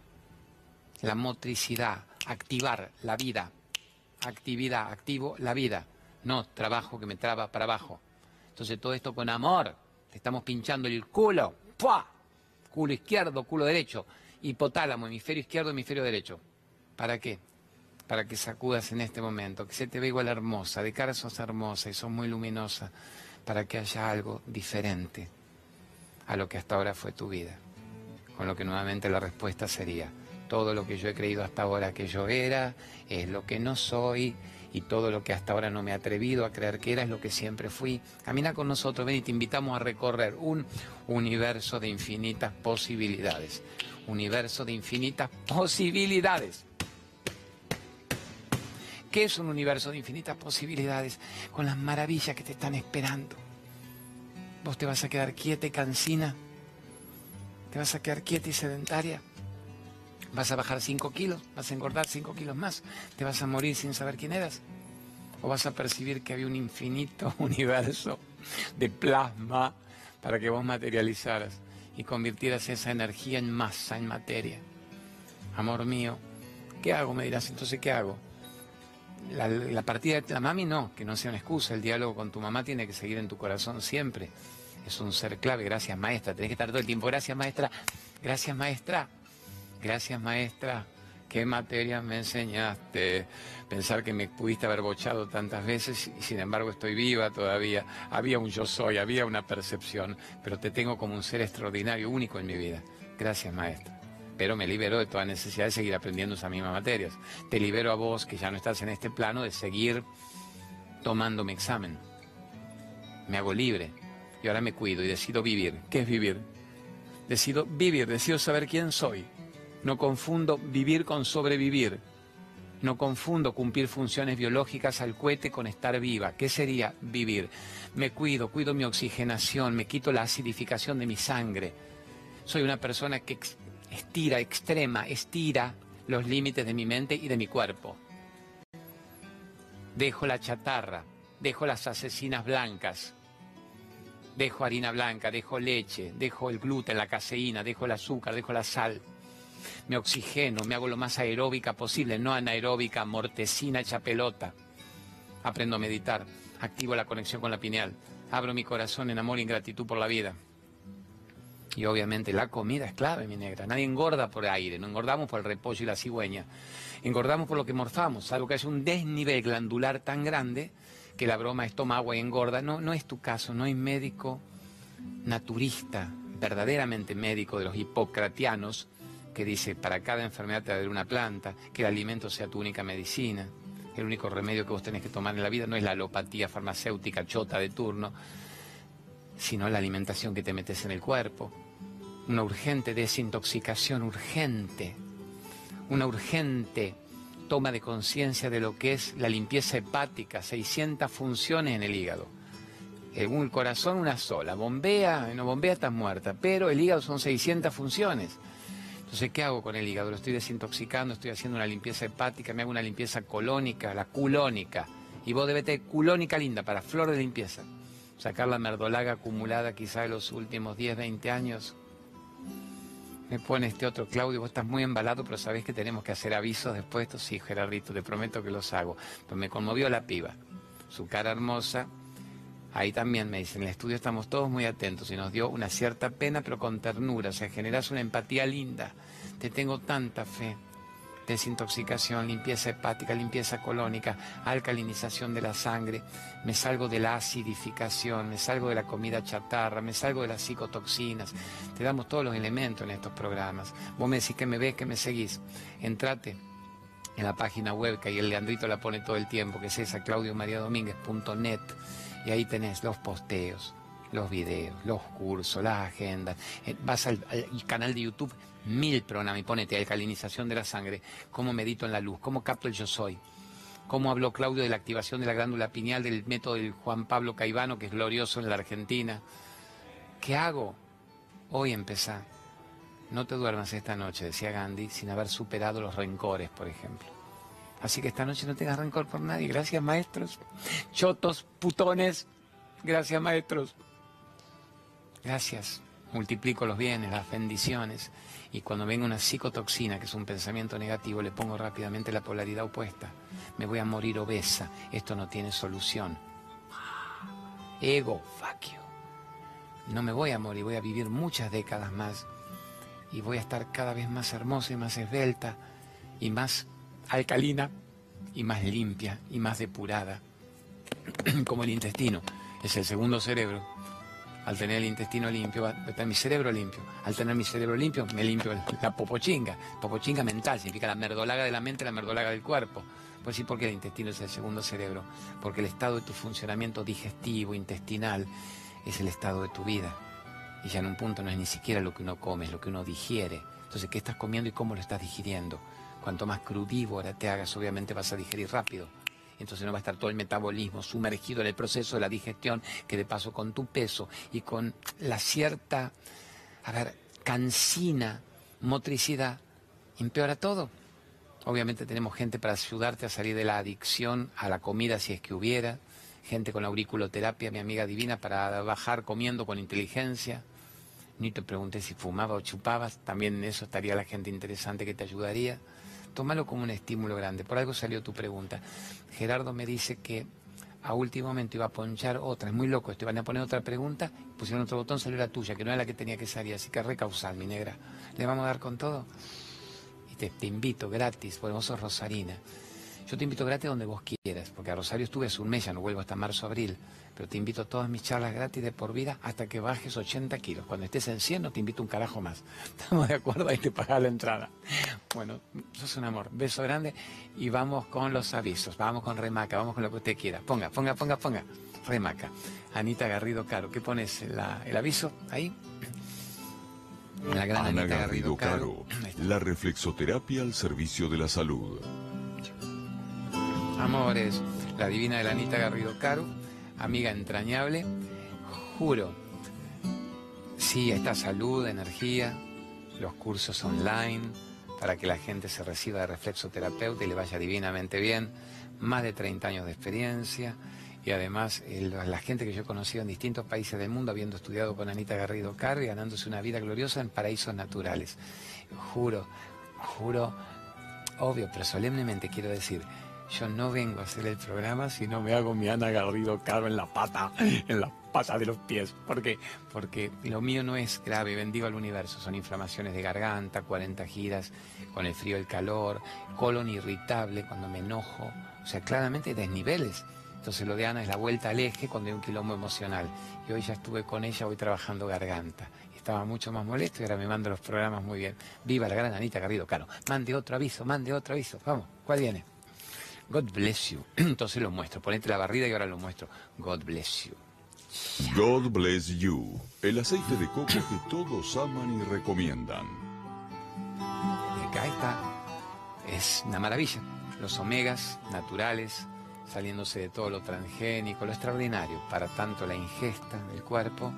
la motricidad, activar la vida. Actividad, activo la vida. No trabajo que me traba para abajo. Entonces, todo esto con amor. Te estamos pinchando el culo. ¡Pua! Culo izquierdo, culo derecho, hipotálamo, hemisferio izquierdo, hemisferio derecho. ¿Para qué? Para que sacudas en este momento, que se te ve igual hermosa, de cara sos hermosa y sos muy luminosa, para que haya algo diferente a lo que hasta ahora fue tu vida. Con lo que nuevamente la respuesta sería: todo lo que yo he creído hasta ahora que yo era, es lo que no soy, y todo lo que hasta ahora no me he atrevido a creer que era, es lo que siempre fui. Camina con nosotros, ven, y te invitamos a recorrer un universo de infinitas posibilidades. Universo de infinitas posibilidades. ¿Qué es un universo de infinitas posibilidades? Con las maravillas que te están esperando. Vos te vas a quedar quieta y cansina. Te vas a quedar quieta y sedentaria. Vas a bajar cinco kilos, vas a engordar cinco kilos más. Te vas a morir sin saber quién eras. O vas a percibir que había un infinito universo de plasma para que vos materializaras y convirtieras esa energía en masa, en materia. Amor mío, ¿qué hago? Me dirás, entonces, ¿qué hago? La, la partida de la mami no, que no sea una excusa. El diálogo con tu mamá tiene que seguir en tu corazón siempre. Es un ser clave. Gracias, maestra. Tenés que estar todo el tiempo. Gracias, maestra. Gracias, maestra. Gracias, maestra. ¿Qué materias me enseñaste? Pensar que me pudiste haber bochado tantas veces y sin embargo estoy viva todavía. Había un yo soy, había una percepción, pero te tengo como un ser extraordinario, único en mi vida. Gracias, maestra. Pero me libero de toda necesidad de seguir aprendiendo esas mismas materias. Te libero a vos, que ya no estás en este plano, de seguir tomando mi examen. Me hago libre y ahora me cuido y decido vivir. ¿Qué es vivir? Decido vivir, decido saber quién soy. No confundo vivir con sobrevivir. No confundo cumplir funciones biológicas al cohete con estar viva. ¿Qué sería vivir? Me cuido, cuido mi oxigenación, me quito la acidificación de mi sangre. Soy una persona que estira, extrema, estira los límites de mi mente y de mi cuerpo. Dejo la chatarra, dejo las asesinas blancas, dejo harina blanca, dejo leche, dejo el gluten, la caseína, dejo el azúcar, dejo la sal. Me oxigeno, me hago lo más aeróbica posible, no anaeróbica, mortecina hecha pelota. Aprendo a meditar, activo la conexión con la pineal, abro mi corazón en amor y en gratitud por la vida. Y obviamente la comida es clave, mi negra. Nadie engorda por aire, no engordamos por el repollo y la cigüeña. Engordamos por lo que morfamos, salvo que haya un desnivel glandular tan grande que la broma es toma agua y engorda. No, no es tu caso, no hay médico naturista, verdaderamente médico de los hipocratianos, que dice, para cada enfermedad te va a dar una planta, que el alimento sea tu única medicina. El único remedio que vos tenés que tomar en la vida no es la alopatía farmacéutica chota de turno, sino la alimentación que te metes en el cuerpo. Una urgente desintoxicación, urgente. Una urgente toma de conciencia de lo que es la limpieza hepática, seiscientas funciones en el hígado. El corazón una sola, bombea, no bombea, estás muerta, pero el hígado son seiscientas funciones. Entonces, ¿qué hago con el hígado? Lo estoy desintoxicando, estoy haciendo una limpieza hepática, me hago una limpieza colónica, la culónica. Y vos debes tener culónica linda para flor de limpieza. Sacar la merdolaga acumulada quizá de los últimos diez, veinte años. Me pone este otro, Claudio, vos estás muy embalado, pero sabés que tenemos que hacer avisos después de esto. Sí, Gerardito, te prometo que los hago. Pues me conmovió la piba, su cara hermosa. Ahí también me dicen, en el estudio estamos todos muy atentos y nos dio una cierta pena, pero con ternura. O sea, generas una empatía linda. Te tengo tanta fe. Desintoxicación, limpieza hepática, limpieza colónica, alcalinización de la sangre. Me salgo de la acidificación, me salgo de la comida chatarra, me salgo de las psicotoxinas. Te damos todos los elementos en estos programas. Vos me decís que me ves, que me seguís. Entrate en la página web, que ahí el Leandrito la pone todo el tiempo, que es esa, claudio maría domínguez punto net. Y ahí tenés los posteos, los videos, los cursos, las agendas. Vas al, al canal de YouTube, mil programas, y ponete alcalinización de la sangre, cómo medito en la luz, cómo capto el yo soy, cómo habló Claudio de la activación de la glándula pineal, del método del Juan Pablo Caivano, que es glorioso en la Argentina. ¿Qué hago? Hoy empezá. No te duermas esta noche, decía Gandhi, sin haber superado los rencores, por ejemplo. Así que esta noche no tengas rencor por nadie. Gracias, maestros. Chotos, putones. Gracias, maestros. Gracias. Multiplico los bienes, las bendiciones. Y cuando venga una psicotoxina, que es un pensamiento negativo, le pongo rápidamente la polaridad opuesta. Me voy a morir obesa. Esto no tiene solución. Ego, fuck you. No me voy a morir, voy a vivir muchas décadas más. Y voy a estar cada vez más hermosa y más esbelta y más alcalina y más limpia y más depurada, como el intestino. Es el segundo cerebro. Al tener el intestino limpio, va a tener mi cerebro limpio. Al tener mi cerebro limpio, me limpio la popochinga. Popochinga mental, significa la merdolaga de la mente, la merdolaga del cuerpo. Pues sí, porque el intestino es el segundo cerebro. Porque el estado de tu funcionamiento digestivo, intestinal, es el estado de tu vida. Y ya en un punto no es ni siquiera lo que uno come, es lo que uno digiere. Entonces, ¿qué estás comiendo y cómo lo estás digiriendo? Cuanto más crudívora te hagas, obviamente vas a digerir rápido. Entonces no va a estar todo el metabolismo sumergido en el proceso de la digestión, que de paso con tu peso y con la cierta, a ver, cansina, motricidad, empeora todo. Obviamente tenemos gente para ayudarte a salir de la adicción a la comida, si es que hubiera. Gente con auriculoterapia, mi amiga divina, para bajar comiendo con inteligencia. Ni te pregunté si fumaba o chupabas, también en eso estaría la gente interesante que te ayudaría. Tómalo como un estímulo grande. Por algo salió tu pregunta. Gerardo me dice que a último momento iba a ponchar otra. Es muy loco esto. Iban a poner otra pregunta, pusieron otro botón, salió la tuya, que no era la que tenía que salir. Así que recausal, mi negra. ¿Le vamos a dar con todo? Y te, te invito gratis, porque vos sos rosarina. Yo te invito gratis donde vos quieras, porque a Rosario estuve hace un mes, ya no vuelvo hasta marzo, abril. Pero te invito a todas mis charlas gratis de por vida hasta que bajes ochenta kilos. Cuando estés en cien no te invito un carajo más. ¿Estamos de acuerdo? Ahí te pagas la entrada. Bueno, sos un amor. Beso grande y vamos con los avisos. Vamos con Remaca, vamos con lo que usted quiera. Ponga, ponga, ponga, ponga. Remaca. Anita Garrido Caro. ¿Qué pones? La, ¿El aviso? Ahí. La gran Ana Anita Garrido Garrido Caro. Caro. La reflexoterapia al servicio de la salud. Amores, la divina de la Anita Garrido Caro, amiga entrañable, juro, sí, esta salud, energía, los cursos online, para que la gente se reciba de reflexoterapeuta y le vaya divinamente bien, más de treinta años de experiencia, y además el, la gente que yo he conocido en distintos países del mundo, habiendo estudiado con Anita Garrido Caro y ganándose una vida gloriosa en paraísos naturales. Juro, juro, obvio, pero solemnemente quiero decir, yo no vengo a hacer el programa si no me hago mi Ana Garrido Caro en la pata, en la pata de los pies. ¿Por qué? Porque lo mío no es grave, bendigo al universo. Son inflamaciones de garganta, cuarenta giras, con el frío, el calor, colon irritable cuando me enojo. O sea, claramente hay desniveles. Entonces lo de Ana es la vuelta al eje cuando hay un quilombo emocional. Y hoy ya estuve con ella, hoy trabajando garganta. Estaba mucho más molesto y ahora me manda los programas muy bien. Viva la gran Anita Garrido Caro. Mande otro aviso, mande otro aviso. Vamos, ¿cuál viene? God bless you. Entonces lo muestro. Ponete la barrida y ahora lo muestro. God bless you. God bless you. El aceite de coco que todos aman y recomiendan. Y acá está. Es una maravilla. Los omegas naturales, saliéndose de todo lo transgénico, lo extraordinario, para tanto la ingesta del cuerpo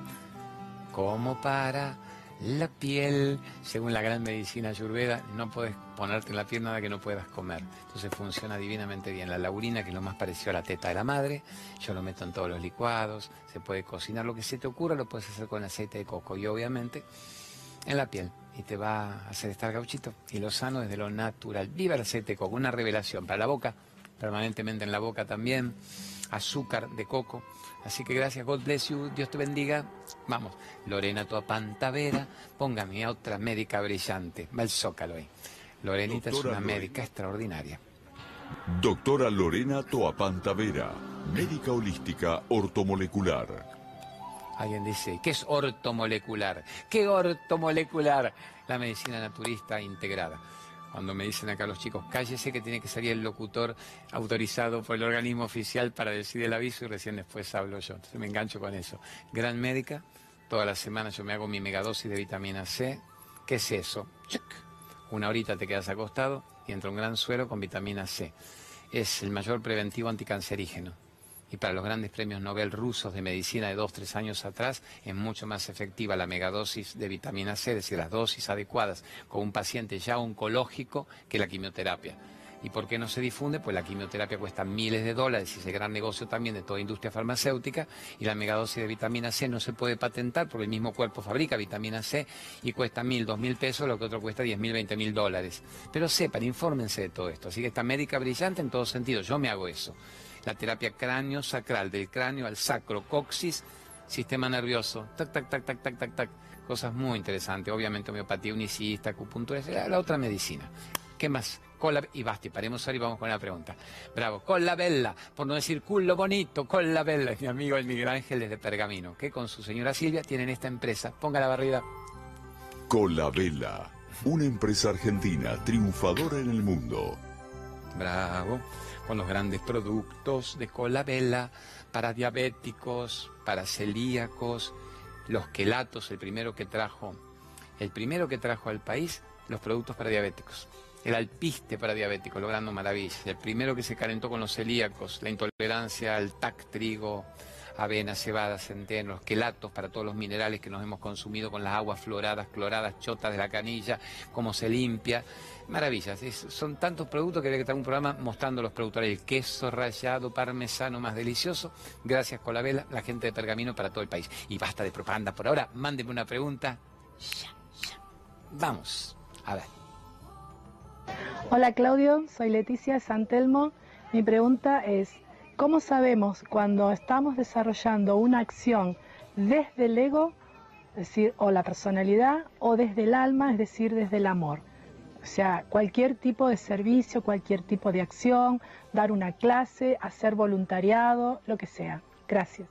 como para la piel. Según la gran medicina ayurveda, no puedes ponerte en la piel nada que no puedas comer. Entonces funciona divinamente bien. La laurina, que es lo más parecido a la teta de la madre, yo lo meto en todos los licuados, se puede cocinar, lo que se te ocurra lo puedes hacer con aceite de coco y obviamente en la piel. Y te va a hacer estar gauchito y lo sano desde lo natural. Viva el aceite de coco, una revelación para la boca, permanentemente en la boca también, azúcar de coco. Así que gracias, God bless you, Dios te bendiga. Vamos, Lorena Toapantavera, póngame a otra médica brillante. Va el zócalo ahí. Lorenita Doctora es una Lorena. Médica extraordinaria. Doctora Lorena Toapantavera, médica holística ortomolecular. Alguien dice, ¿qué es ortomolecular? ¿Qué ortomolecular? La medicina naturista integrada. Cuando me dicen acá los chicos, cállese que tiene que salir el locutor autorizado por el organismo oficial para decir el aviso y recién después hablo yo. Entonces me engancho con eso. Gran médica, todas las semanas yo me hago mi megadosis de vitamina C. ¿Qué es eso? ¡Chuc! Una horita te quedas acostado y entra un gran suero con vitamina C. Es el mayor preventivo anticancerígeno. Y para los grandes premios Nobel rusos de medicina de dos, tres años atrás, es mucho más efectiva la megadosis de vitamina C, es decir, las dosis adecuadas con un paciente ya oncológico que la quimioterapia. ¿Y por qué no se difunde? Pues la quimioterapia cuesta miles de dólares y es el gran negocio también de toda industria farmacéutica, y la megadosis de vitamina C no se puede patentar porque el mismo cuerpo fabrica vitamina C y cuesta mil, dos mil pesos, lo que otro cuesta diez mil, veinte mil dólares. Pero sepan, infórmense de todo esto. Así que esta médica brillante en todos sentidos, yo me hago eso. La terapia cráneo sacral, del cráneo al sacro, coxis, sistema nervioso, tac, tac, tac, tac, tac, tac, tac. Cosas muy interesantes. Obviamente homeopatía unicista, acupuntura, la, la otra medicina. ¿Qué más? Con la... Y basta, y paremos ahora y vamos con la pregunta. Bravo, con la vela, por no decir culo bonito, con la vela. Mi amigo el Miguel Ángel desde Pergamino, que con su señora Silvia tienen esta empresa. Ponga la barrida. Con la vela, una empresa argentina triunfadora en el mundo. Bravo, con los grandes productos de Colabella para diabéticos, para celíacos, los quelatos, el primero que trajo, el primero que trajo al país los productos para diabéticos. El alpiste para diabéticos, logrando maravillas. El primero que se calentó con los celíacos, la intolerancia al tac, trigo, avena, cebada, centeno, los quelatos para todos los minerales que nos hemos consumido con las aguas floradas, cloradas, chotas de la canilla, cómo se limpia. Maravillas, es, son tantos productos que habría que traer un programa mostrando los productores. El queso rallado parmesano más delicioso, gracias Colabella, la gente de Pergamino para todo el país. Y basta de propaganda por ahora, mándenme una pregunta. Ya, ya. Vamos, a ver. Hola Claudio, soy Leticia de San Telmo. Mi pregunta es, ¿cómo sabemos cuando estamos desarrollando una acción desde el ego, es decir, o la personalidad, o desde el alma, es decir, desde el amor? O sea, cualquier tipo de servicio, cualquier tipo de acción, dar una clase, hacer voluntariado, lo que sea. Gracias.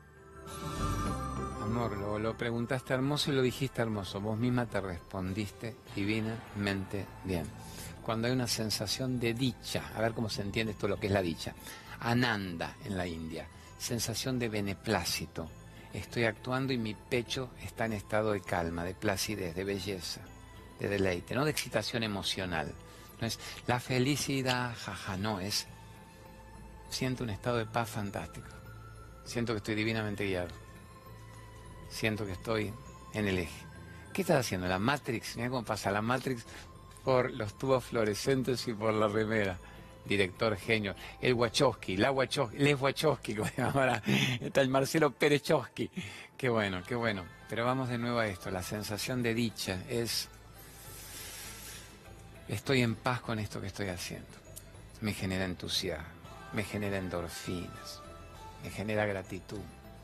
Amor, lo, lo preguntaste hermoso y lo dijiste hermoso. Vos misma te respondiste divinamente bien. Cuando hay una sensación de dicha, a ver cómo se entiende esto, lo que es la dicha. Ananda en la India, sensación de beneplácito. Estoy actuando y mi pecho está en estado de calma, de placidez, de belleza, de deleite, no de excitación emocional. No es la felicidad, jaja, no, es siento un estado de paz fantástico. Siento que estoy divinamente guiado. Siento que estoy en el eje. ¿Qué estás haciendo? La Matrix, mira cómo pasa la Matrix por los tubos fluorescentes y por la remera. Director genio, el Wachowski, la Wachowski, les Wachowski, como ahora está el Marcelo Perechowski. Qué bueno, qué bueno. Pero vamos de nuevo a esto, la sensación de dicha es, estoy en paz con esto que estoy haciendo. Me genera entusiasmo, me genera endorfinas, me genera gratitud,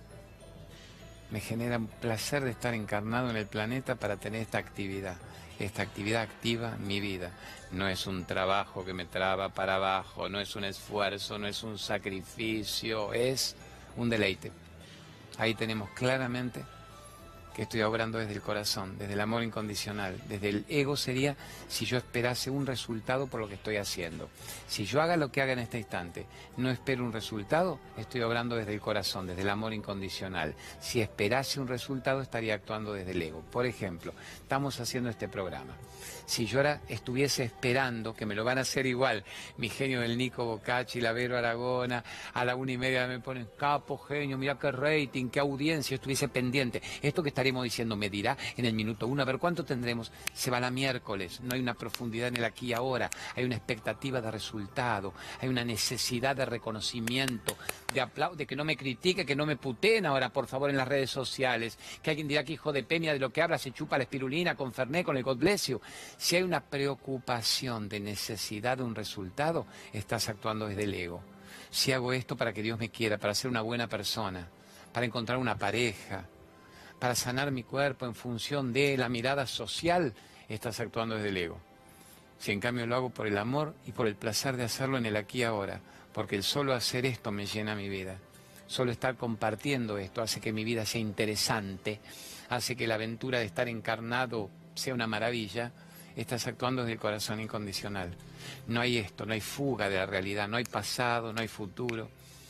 me genera un placer de estar encarnado en el planeta para tener esta actividad. Esta actividad activa mi vida. No es un trabajo que me traba para abajo, no es un esfuerzo, no es un sacrificio, es un deleite. Ahí tenemos claramente que estoy obrando desde el corazón, desde el amor incondicional. Desde el ego sería si yo esperase un resultado por lo que estoy haciendo. Si yo haga lo que haga en este instante, no espero un resultado, estoy obrando desde el corazón, desde el amor incondicional. Si esperase un resultado, estaría actuando desde el ego. Por ejemplo, estamos haciendo este programa. Si yo ahora estuviese esperando, que me lo van a hacer igual, mi genio del Nico Bocacci, la Vero Aragona, a la una y media me ponen, capo genio, mira qué rating, qué audiencia, estuviese pendiente. Esto que estaremos diciendo me dirá en el minuto uno, a ver cuánto tendremos, se va la miércoles, no hay una profundidad en el aquí y ahora, hay una expectativa de resultado, hay una necesidad de reconocimiento, de aplauso, de que no me critique, que no me puteen ahora, por favor, en las redes sociales, que alguien dirá que hijo de Peña de lo que habla se chupa la espirulina con Fernet, con el God bless you. Si hay una preocupación de necesidad de un resultado, estás actuando desde el ego. Si hago esto para que Dios me quiera, para ser una buena persona, para encontrar una pareja, para sanar mi cuerpo en función de la mirada social, estás actuando desde el ego. Si en cambio lo hago por el amor y por el placer de hacerlo en el aquí y ahora, porque el solo hacer esto me llena mi vida. Solo estar compartiendo esto hace que mi vida sea interesante, hace que la aventura de estar encarnado sea una maravilla. Estás actuando desde el corazón incondicional. No hay esto, no hay fuga de la realidad, no hay pasado, no hay futuro.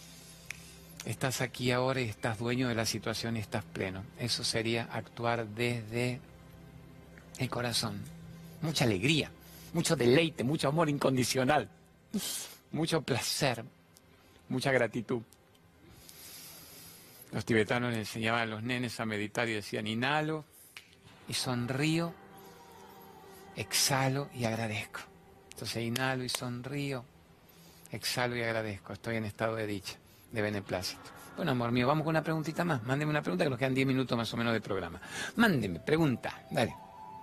Estás aquí ahora y estás dueño de la situación y estás pleno. Eso sería actuar desde el corazón. Mucha alegría, mucho deleite, mucho amor incondicional, mucho placer, mucha gratitud. Los tibetanos le enseñaban a los nenes a meditar y decían, inhalo y sonrío, exhalo y agradezco. Entonces inhalo y sonrío, exhalo y agradezco. Estoy en estado de dicha, de beneplácito. Bueno, amor mío, vamos con una preguntita más. Mándeme una pregunta que nos quedan diez minutos más o menos de programa. Mándeme, pregunta, dale.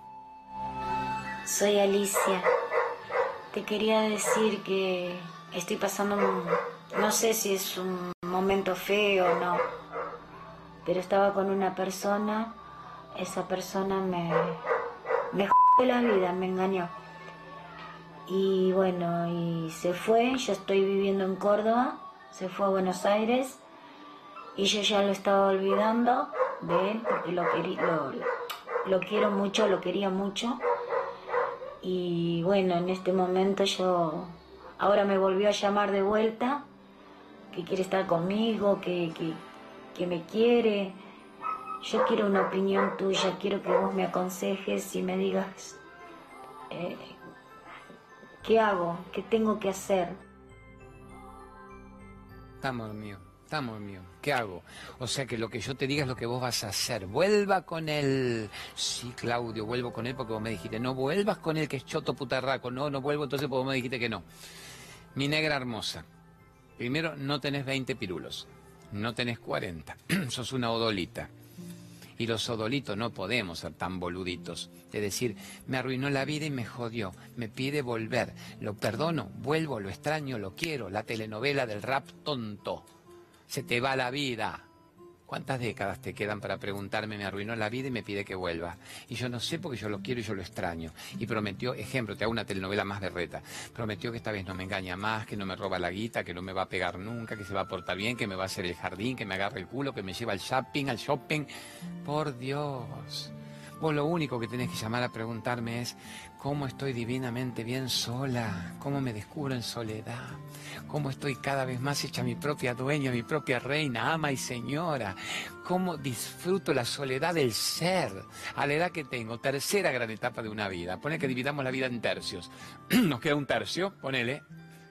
Soy Alicia. Te quería decir que estoy pasando un... No sé si es un momento feo o no, pero estaba con una persona, esa persona me... me jodió la vida, me engañó. Y bueno, y se fue, yo estoy viviendo en Córdoba, se fue a Buenos Aires y yo ya lo estaba olvidando de él porque lo, querí, lo, lo quiero mucho, lo quería mucho. Y bueno, en este momento yo, ahora me volvió a llamar de vuelta, que quiere estar conmigo, que, que, que me quiere. Yo quiero una opinión tuya, quiero que vos me aconsejes y me digas eh, qué hago, qué tengo que hacer. Amor mío, amor mío, ¿qué hago? O sea que lo que yo te diga es lo que vos vas a hacer. Vuelva con él. Sí, Claudio, vuelvo con él porque vos me dijiste. No vuelvas con él que es choto putarraco. No, no vuelvo entonces porque vos me dijiste que no. Mi negra hermosa. Primero, no tenés veinte pirulos. No tenés cuarenta. Sos una odolita. Y los odolitos no podemos ser tan boluditos. Es decir, me arruinó la vida y me jodió. Me pide volver. Lo perdono, vuelvo, lo extraño, lo quiero. La telenovela del rap tonto. Se te va la vida. ¿Cuántas décadas te quedan para preguntarme, me arruinó la vida y me pide que vuelva? Y yo no sé porque yo lo quiero y yo lo extraño. Y prometió, ejemplo, te hago una telenovela más berreta, prometió que esta vez no me engaña más, que no me roba la guita, que no me va a pegar nunca, que se va a portar bien, que me va a hacer el jardín, que me agarre el culo, que me lleva al shopping, al shopping. Por Dios. Vos lo único que tenés que llamar a preguntarme es cómo estoy divinamente bien sola, cómo me descubro en soledad, cómo estoy cada vez más hecha mi propia dueña, mi propia reina, ama y señora, cómo disfruto la soledad del ser, a la edad que tengo, tercera gran etapa de una vida. Pone que dividamos la vida en tercios. Nos queda un tercio, ponele.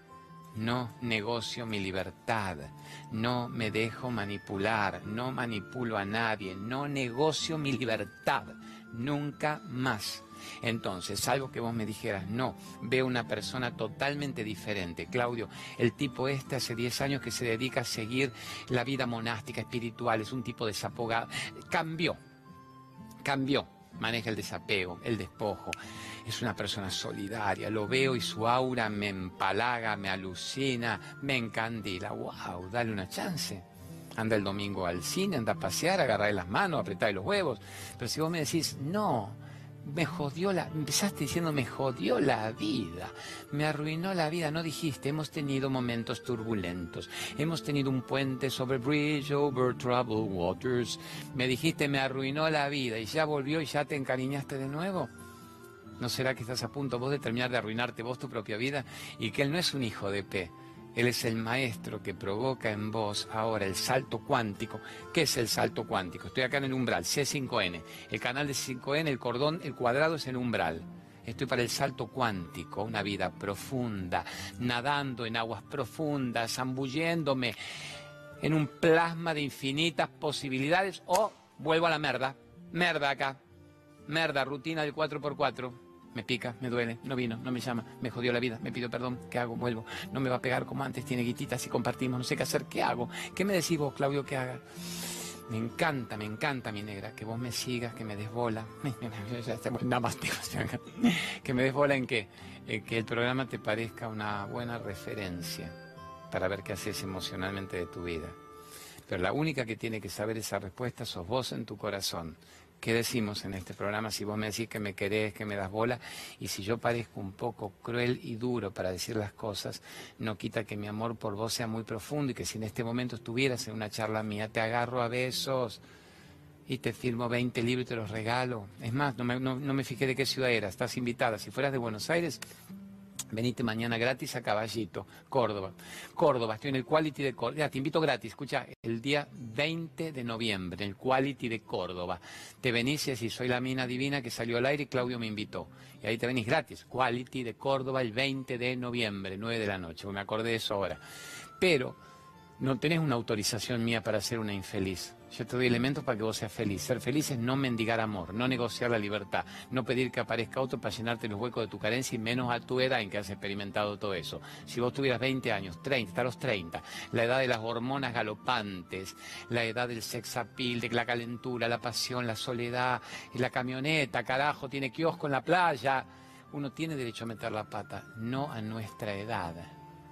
No negocio mi libertad, no me dejo manipular, no manipulo a nadie, no negocio mi libertad, nunca más. Entonces, salvo que vos me dijeras, no, veo una persona totalmente diferente. Claudio, el tipo este hace diez años que se dedica a seguir la vida monástica, espiritual, es un tipo desapegado. Cambió, cambió, maneja el desapego, el despojo. Es una persona solidaria, lo veo y su aura me empalaga, me alucina, me encandila. ¡Wow! Dale una chance. Anda el domingo al cine, anda a pasear, agarrarle las manos, apretarle los huevos. Pero si vos me decís, no, me jodió la... Empezaste diciendo, me jodió la vida, me arruinó la vida. No dijiste, hemos tenido momentos turbulentos, hemos tenido un puente sobre Bridge over Troubled Waters. Me dijiste, me arruinó la vida y ya volvió y ya te encariñaste de nuevo. ¿No será que estás a punto vos de terminar de arruinarte vos tu propia vida? Y que él no es un hijo de P. Él es el maestro que provoca en vos ahora el salto cuántico. ¿Qué es el salto cuántico? Estoy acá en el umbral, C cinco N. El canal de C cinco N, el cordón, el cuadrado es el umbral. Estoy para el salto cuántico, una vida profunda, nadando en aguas profundas, zambulléndome en un plasma de infinitas posibilidades. O vuelvo a la merda, merda acá, merda, rutina del cuatro por cuatro. Me pica, me duele, no vino, no me llama, me jodió la vida, me pido perdón, ¿qué hago? Vuelvo, no me va a pegar como antes, tiene guititas y compartimos, no sé qué hacer, ¿qué hago? ¿Qué me decís vos, Claudio, que haga? Me encanta, me encanta, mi negra, que vos me sigas, que me des bola. Nada más, que me des bola en qué, en que el programa te parezca una buena referencia para ver qué haces emocionalmente de tu vida. Pero la única que tiene que saber esa respuesta sos vos en tu corazón. ¿Qué decimos en este programa? Si vos me decís que me querés, que me das bola, y si yo parezco un poco cruel y duro para decir las cosas, no quita que mi amor por vos sea muy profundo y que si en este momento estuvieras en una charla mía, te agarro a besos y te firmo veinte libros y te los regalo. Es más, no me, no, no me fijé de qué ciudad eras, estás invitada. Si fueras de Buenos Aires, venite mañana gratis a Caballito, Córdoba. Córdoba, estoy en el Quality de Córdoba. Ya, te invito gratis, escucha, el día veinte de noviembre, en el Quality de Córdoba. Te venís y así, soy la mina divina que salió al aire y Claudio me invitó. Y ahí te venís gratis, Quality de Córdoba, el veinte de noviembre, nueve de la noche. Me acordé de eso ahora. Pero no tenés una autorización mía para ser una infeliz. Yo te doy elementos para que vos seas feliz. Ser feliz es no mendigar amor, no negociar la libertad, no pedir que aparezca otro para llenarte los huecos de tu carencia y menos a tu edad en que has experimentado todo eso. Si vos tuvieras veinte años, treinta, hasta los treinta, la edad de las hormonas galopantes, la edad del sex appeal, de la calentura, la pasión, la soledad, la camioneta, carajo, tiene kiosco en la playa, uno tiene derecho a meter la pata, no a nuestra edad.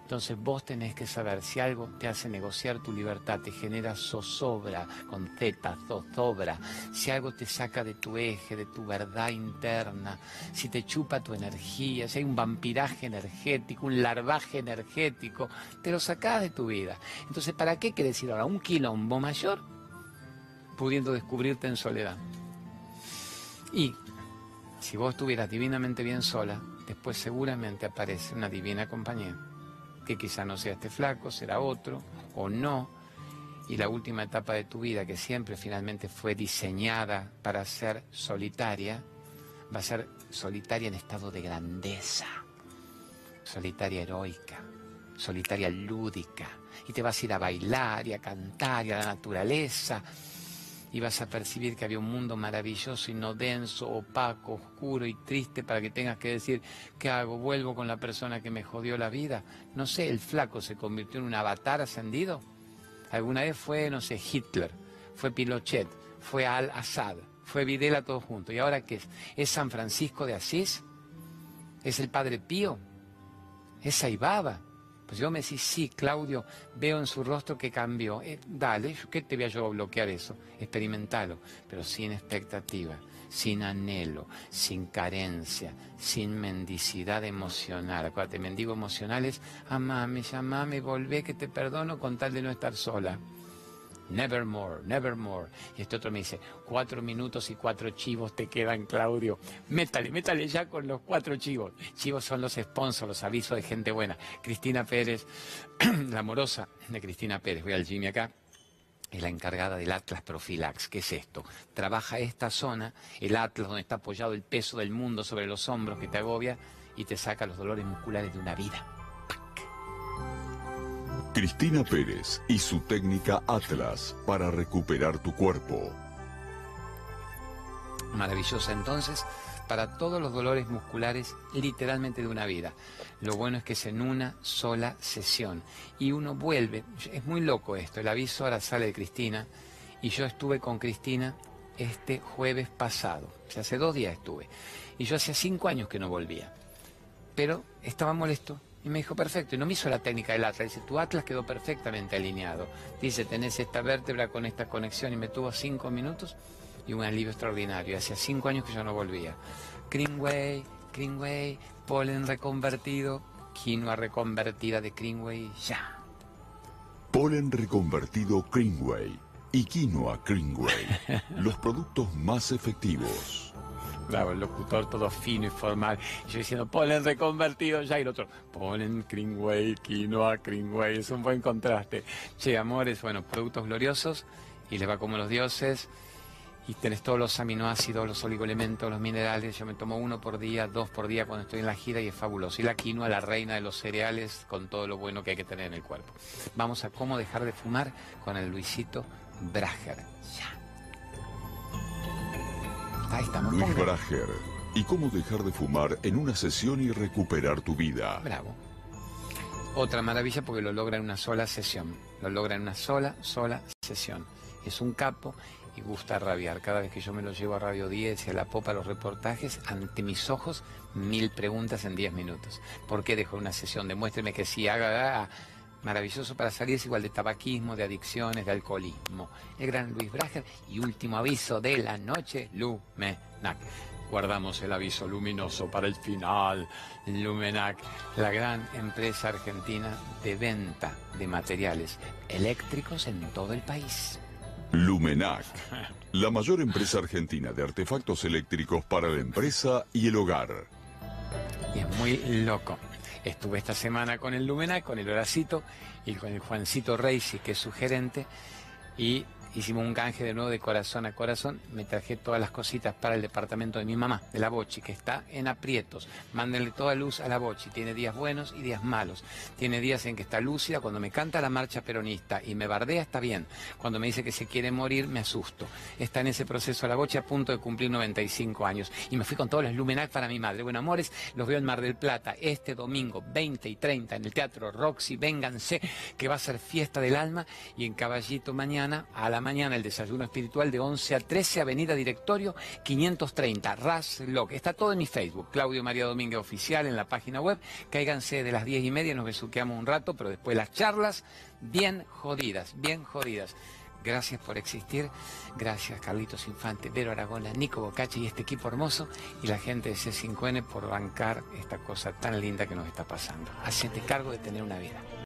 Entonces vos tenés que saber si algo te hace negociar tu libertad, te genera zozobra, con Z, zozobra, si algo te saca de tu eje, de tu verdad interna, si te chupa tu energía, si hay un vampiraje energético, un larvaje energético, te lo sacás de tu vida. Entonces, ¿para qué querés ir ahora? ¿Un quilombo mayor? Pudiendo descubrirte en soledad. Y si vos estuvieras divinamente bien sola, después seguramente aparece una divina compañía, que quizá no sea este flaco, será otro, o no, y la última etapa de tu vida, que siempre finalmente fue diseñada para ser solitaria, va a ser solitaria en estado de grandeza, solitaria heroica, solitaria lúdica, y te vas a ir a bailar y a cantar y a la naturaleza, y vas a percibir que había un mundo maravilloso y no denso, opaco, oscuro y triste para que tengas que decir, ¿qué hago? ¿Vuelvo con la persona que me jodió la vida? No sé, el flaco se convirtió en un avatar ascendido. Alguna vez fue, no sé, Hitler, fue Pinochet, fue Al-Assad, fue Videla, todos juntos. ¿Y ahora qué es? ¿Es San Francisco de Asís? ¿Es el Padre Pío? ¿Es Saibaba? Pues yo me decís, sí, Claudio, veo en su rostro que cambió. Eh, dale, ¿qué te voy a yo a bloquear eso? Experimentalo, pero sin expectativa, sin anhelo, sin carencia, sin mendicidad emocional. Acuérdate, mendigo emocional es, amame, llamame, volvé, que te perdono con tal de no estar sola. Nevermore, nevermore. Y este otro me dice, cuatro minutos y cuatro chivos te quedan, Claudio. Métale, métale ya con los cuatro chivos. Chivos son los sponsors, los avisos de gente buena. Cristina Pérez, la amorosa de Cristina Pérez, voy al Jimmy acá, es la encargada del Atlas Profilax. ¿Qué es esto? Trabaja esta zona, el Atlas, donde está apoyado el peso del mundo sobre los hombros que te agobia y te saca los dolores musculares de una vida. Cristina Pérez y su técnica Atlas para recuperar tu cuerpo. Maravillosa entonces para todos los dolores musculares literalmente de una vida. Lo bueno es que es en una sola sesión y uno vuelve. Es muy loco esto, el aviso ahora sale de Cristina y yo estuve con Cristina este jueves pasado, o sea, hace dos días estuve y yo hacía cinco años que no volvía, pero estaba molesto. Y me dijo, perfecto, y no me hizo la técnica del Atlas. Dice, tu Atlas quedó perfectamente alineado. Dice, tenés esta vértebra con esta conexión. Y me tuvo cinco minutos y un alivio extraordinario. Y hacía cinco años que yo no volvía. Greenway, Greenway, polen reconvertido, quinoa reconvertida de Greenway, ya. Polen reconvertido Greenway y quinoa Greenway, los productos más efectivos. Bravo, el locutor todo fino y formal. Y yo diciendo, polen reconvertido ya. Y el otro, polen Greenway, quinoa Greenway. Es un buen contraste. Che, amores, bueno, productos gloriosos. Y les va como los dioses. Y tenés todos los aminoácidos, los oligoelementos, los minerales. Yo me tomo uno por día, dos por día cuando estoy en la gira y es fabuloso. Y la quinoa, la reina de los cereales, con todo lo bueno que hay que tener en el cuerpo. Vamos a cómo dejar de fumar con el Luisito Brager. Ya. Ahí estamos. Luis Brager. ¿Y cómo dejar de fumar en una sesión y recuperar tu vida? Bravo. Otra maravilla porque lo logra en una sola sesión. Lo logra en una sola, sola sesión. Es un capo y gusta rabiar. Cada vez que yo me lo llevo a Radio diez y a La Popa, los reportajes, ante mis ojos, mil preguntas en diez minutos. ¿Por qué dejó una sesión? Demuéstreme que sí, haga... haga. Maravilloso para salir, es igual de tabaquismo, de adicciones, de alcoholismo. El gran Luis Brager. Y último aviso de la noche, Lumenac. Guardamos el aviso luminoso para el final. Lumenac, la gran empresa argentina de venta de materiales eléctricos en todo el país. Lumenac, la mayor empresa argentina de artefactos eléctricos para la empresa y el hogar. Y es muy loco. Estuve esta semana con el Lumenac, con el Horacito y con el Juancito Reisi, que es su gerente, y hicimos un canje de nuevo de corazón a corazón. Me traje todas las cositas para el departamento de mi mamá, de la Bochi, que está en aprietos. Mándenle toda luz a la Bochi. Tiene días buenos y días malos. Tiene días en que está lúcida. Cuando me canta la marcha peronista y me bardea, está bien. Cuando me dice que se quiere morir, me asusto. Está en ese proceso la Bochi, a punto de cumplir noventa y cinco años. Y me fui con todos los Lumenac para mi madre. Bueno, amores, los veo en Mar del Plata este domingo, veinte y treinta, en el Teatro Roxy. Vénganse, que va a ser fiesta del alma. Y en Caballito mañana, mañana, a la mañana el desayuno espiritual de once a trece, Avenida Directorio quinientos treinta, Rasloc. Está todo en mi Facebook, Claudio María Domínguez Oficial, en la página web. Cáiganse de las diez y media, nos besuqueamos un rato, pero después las charlas bien jodidas, bien jodidas. Gracias por existir, gracias Carlitos Infante, Vero Aragona, Nico Bocacci y este equipo hermoso, y la gente de C cinco N por bancar esta cosa tan linda que nos está pasando. Hacete cargo de tener una vida.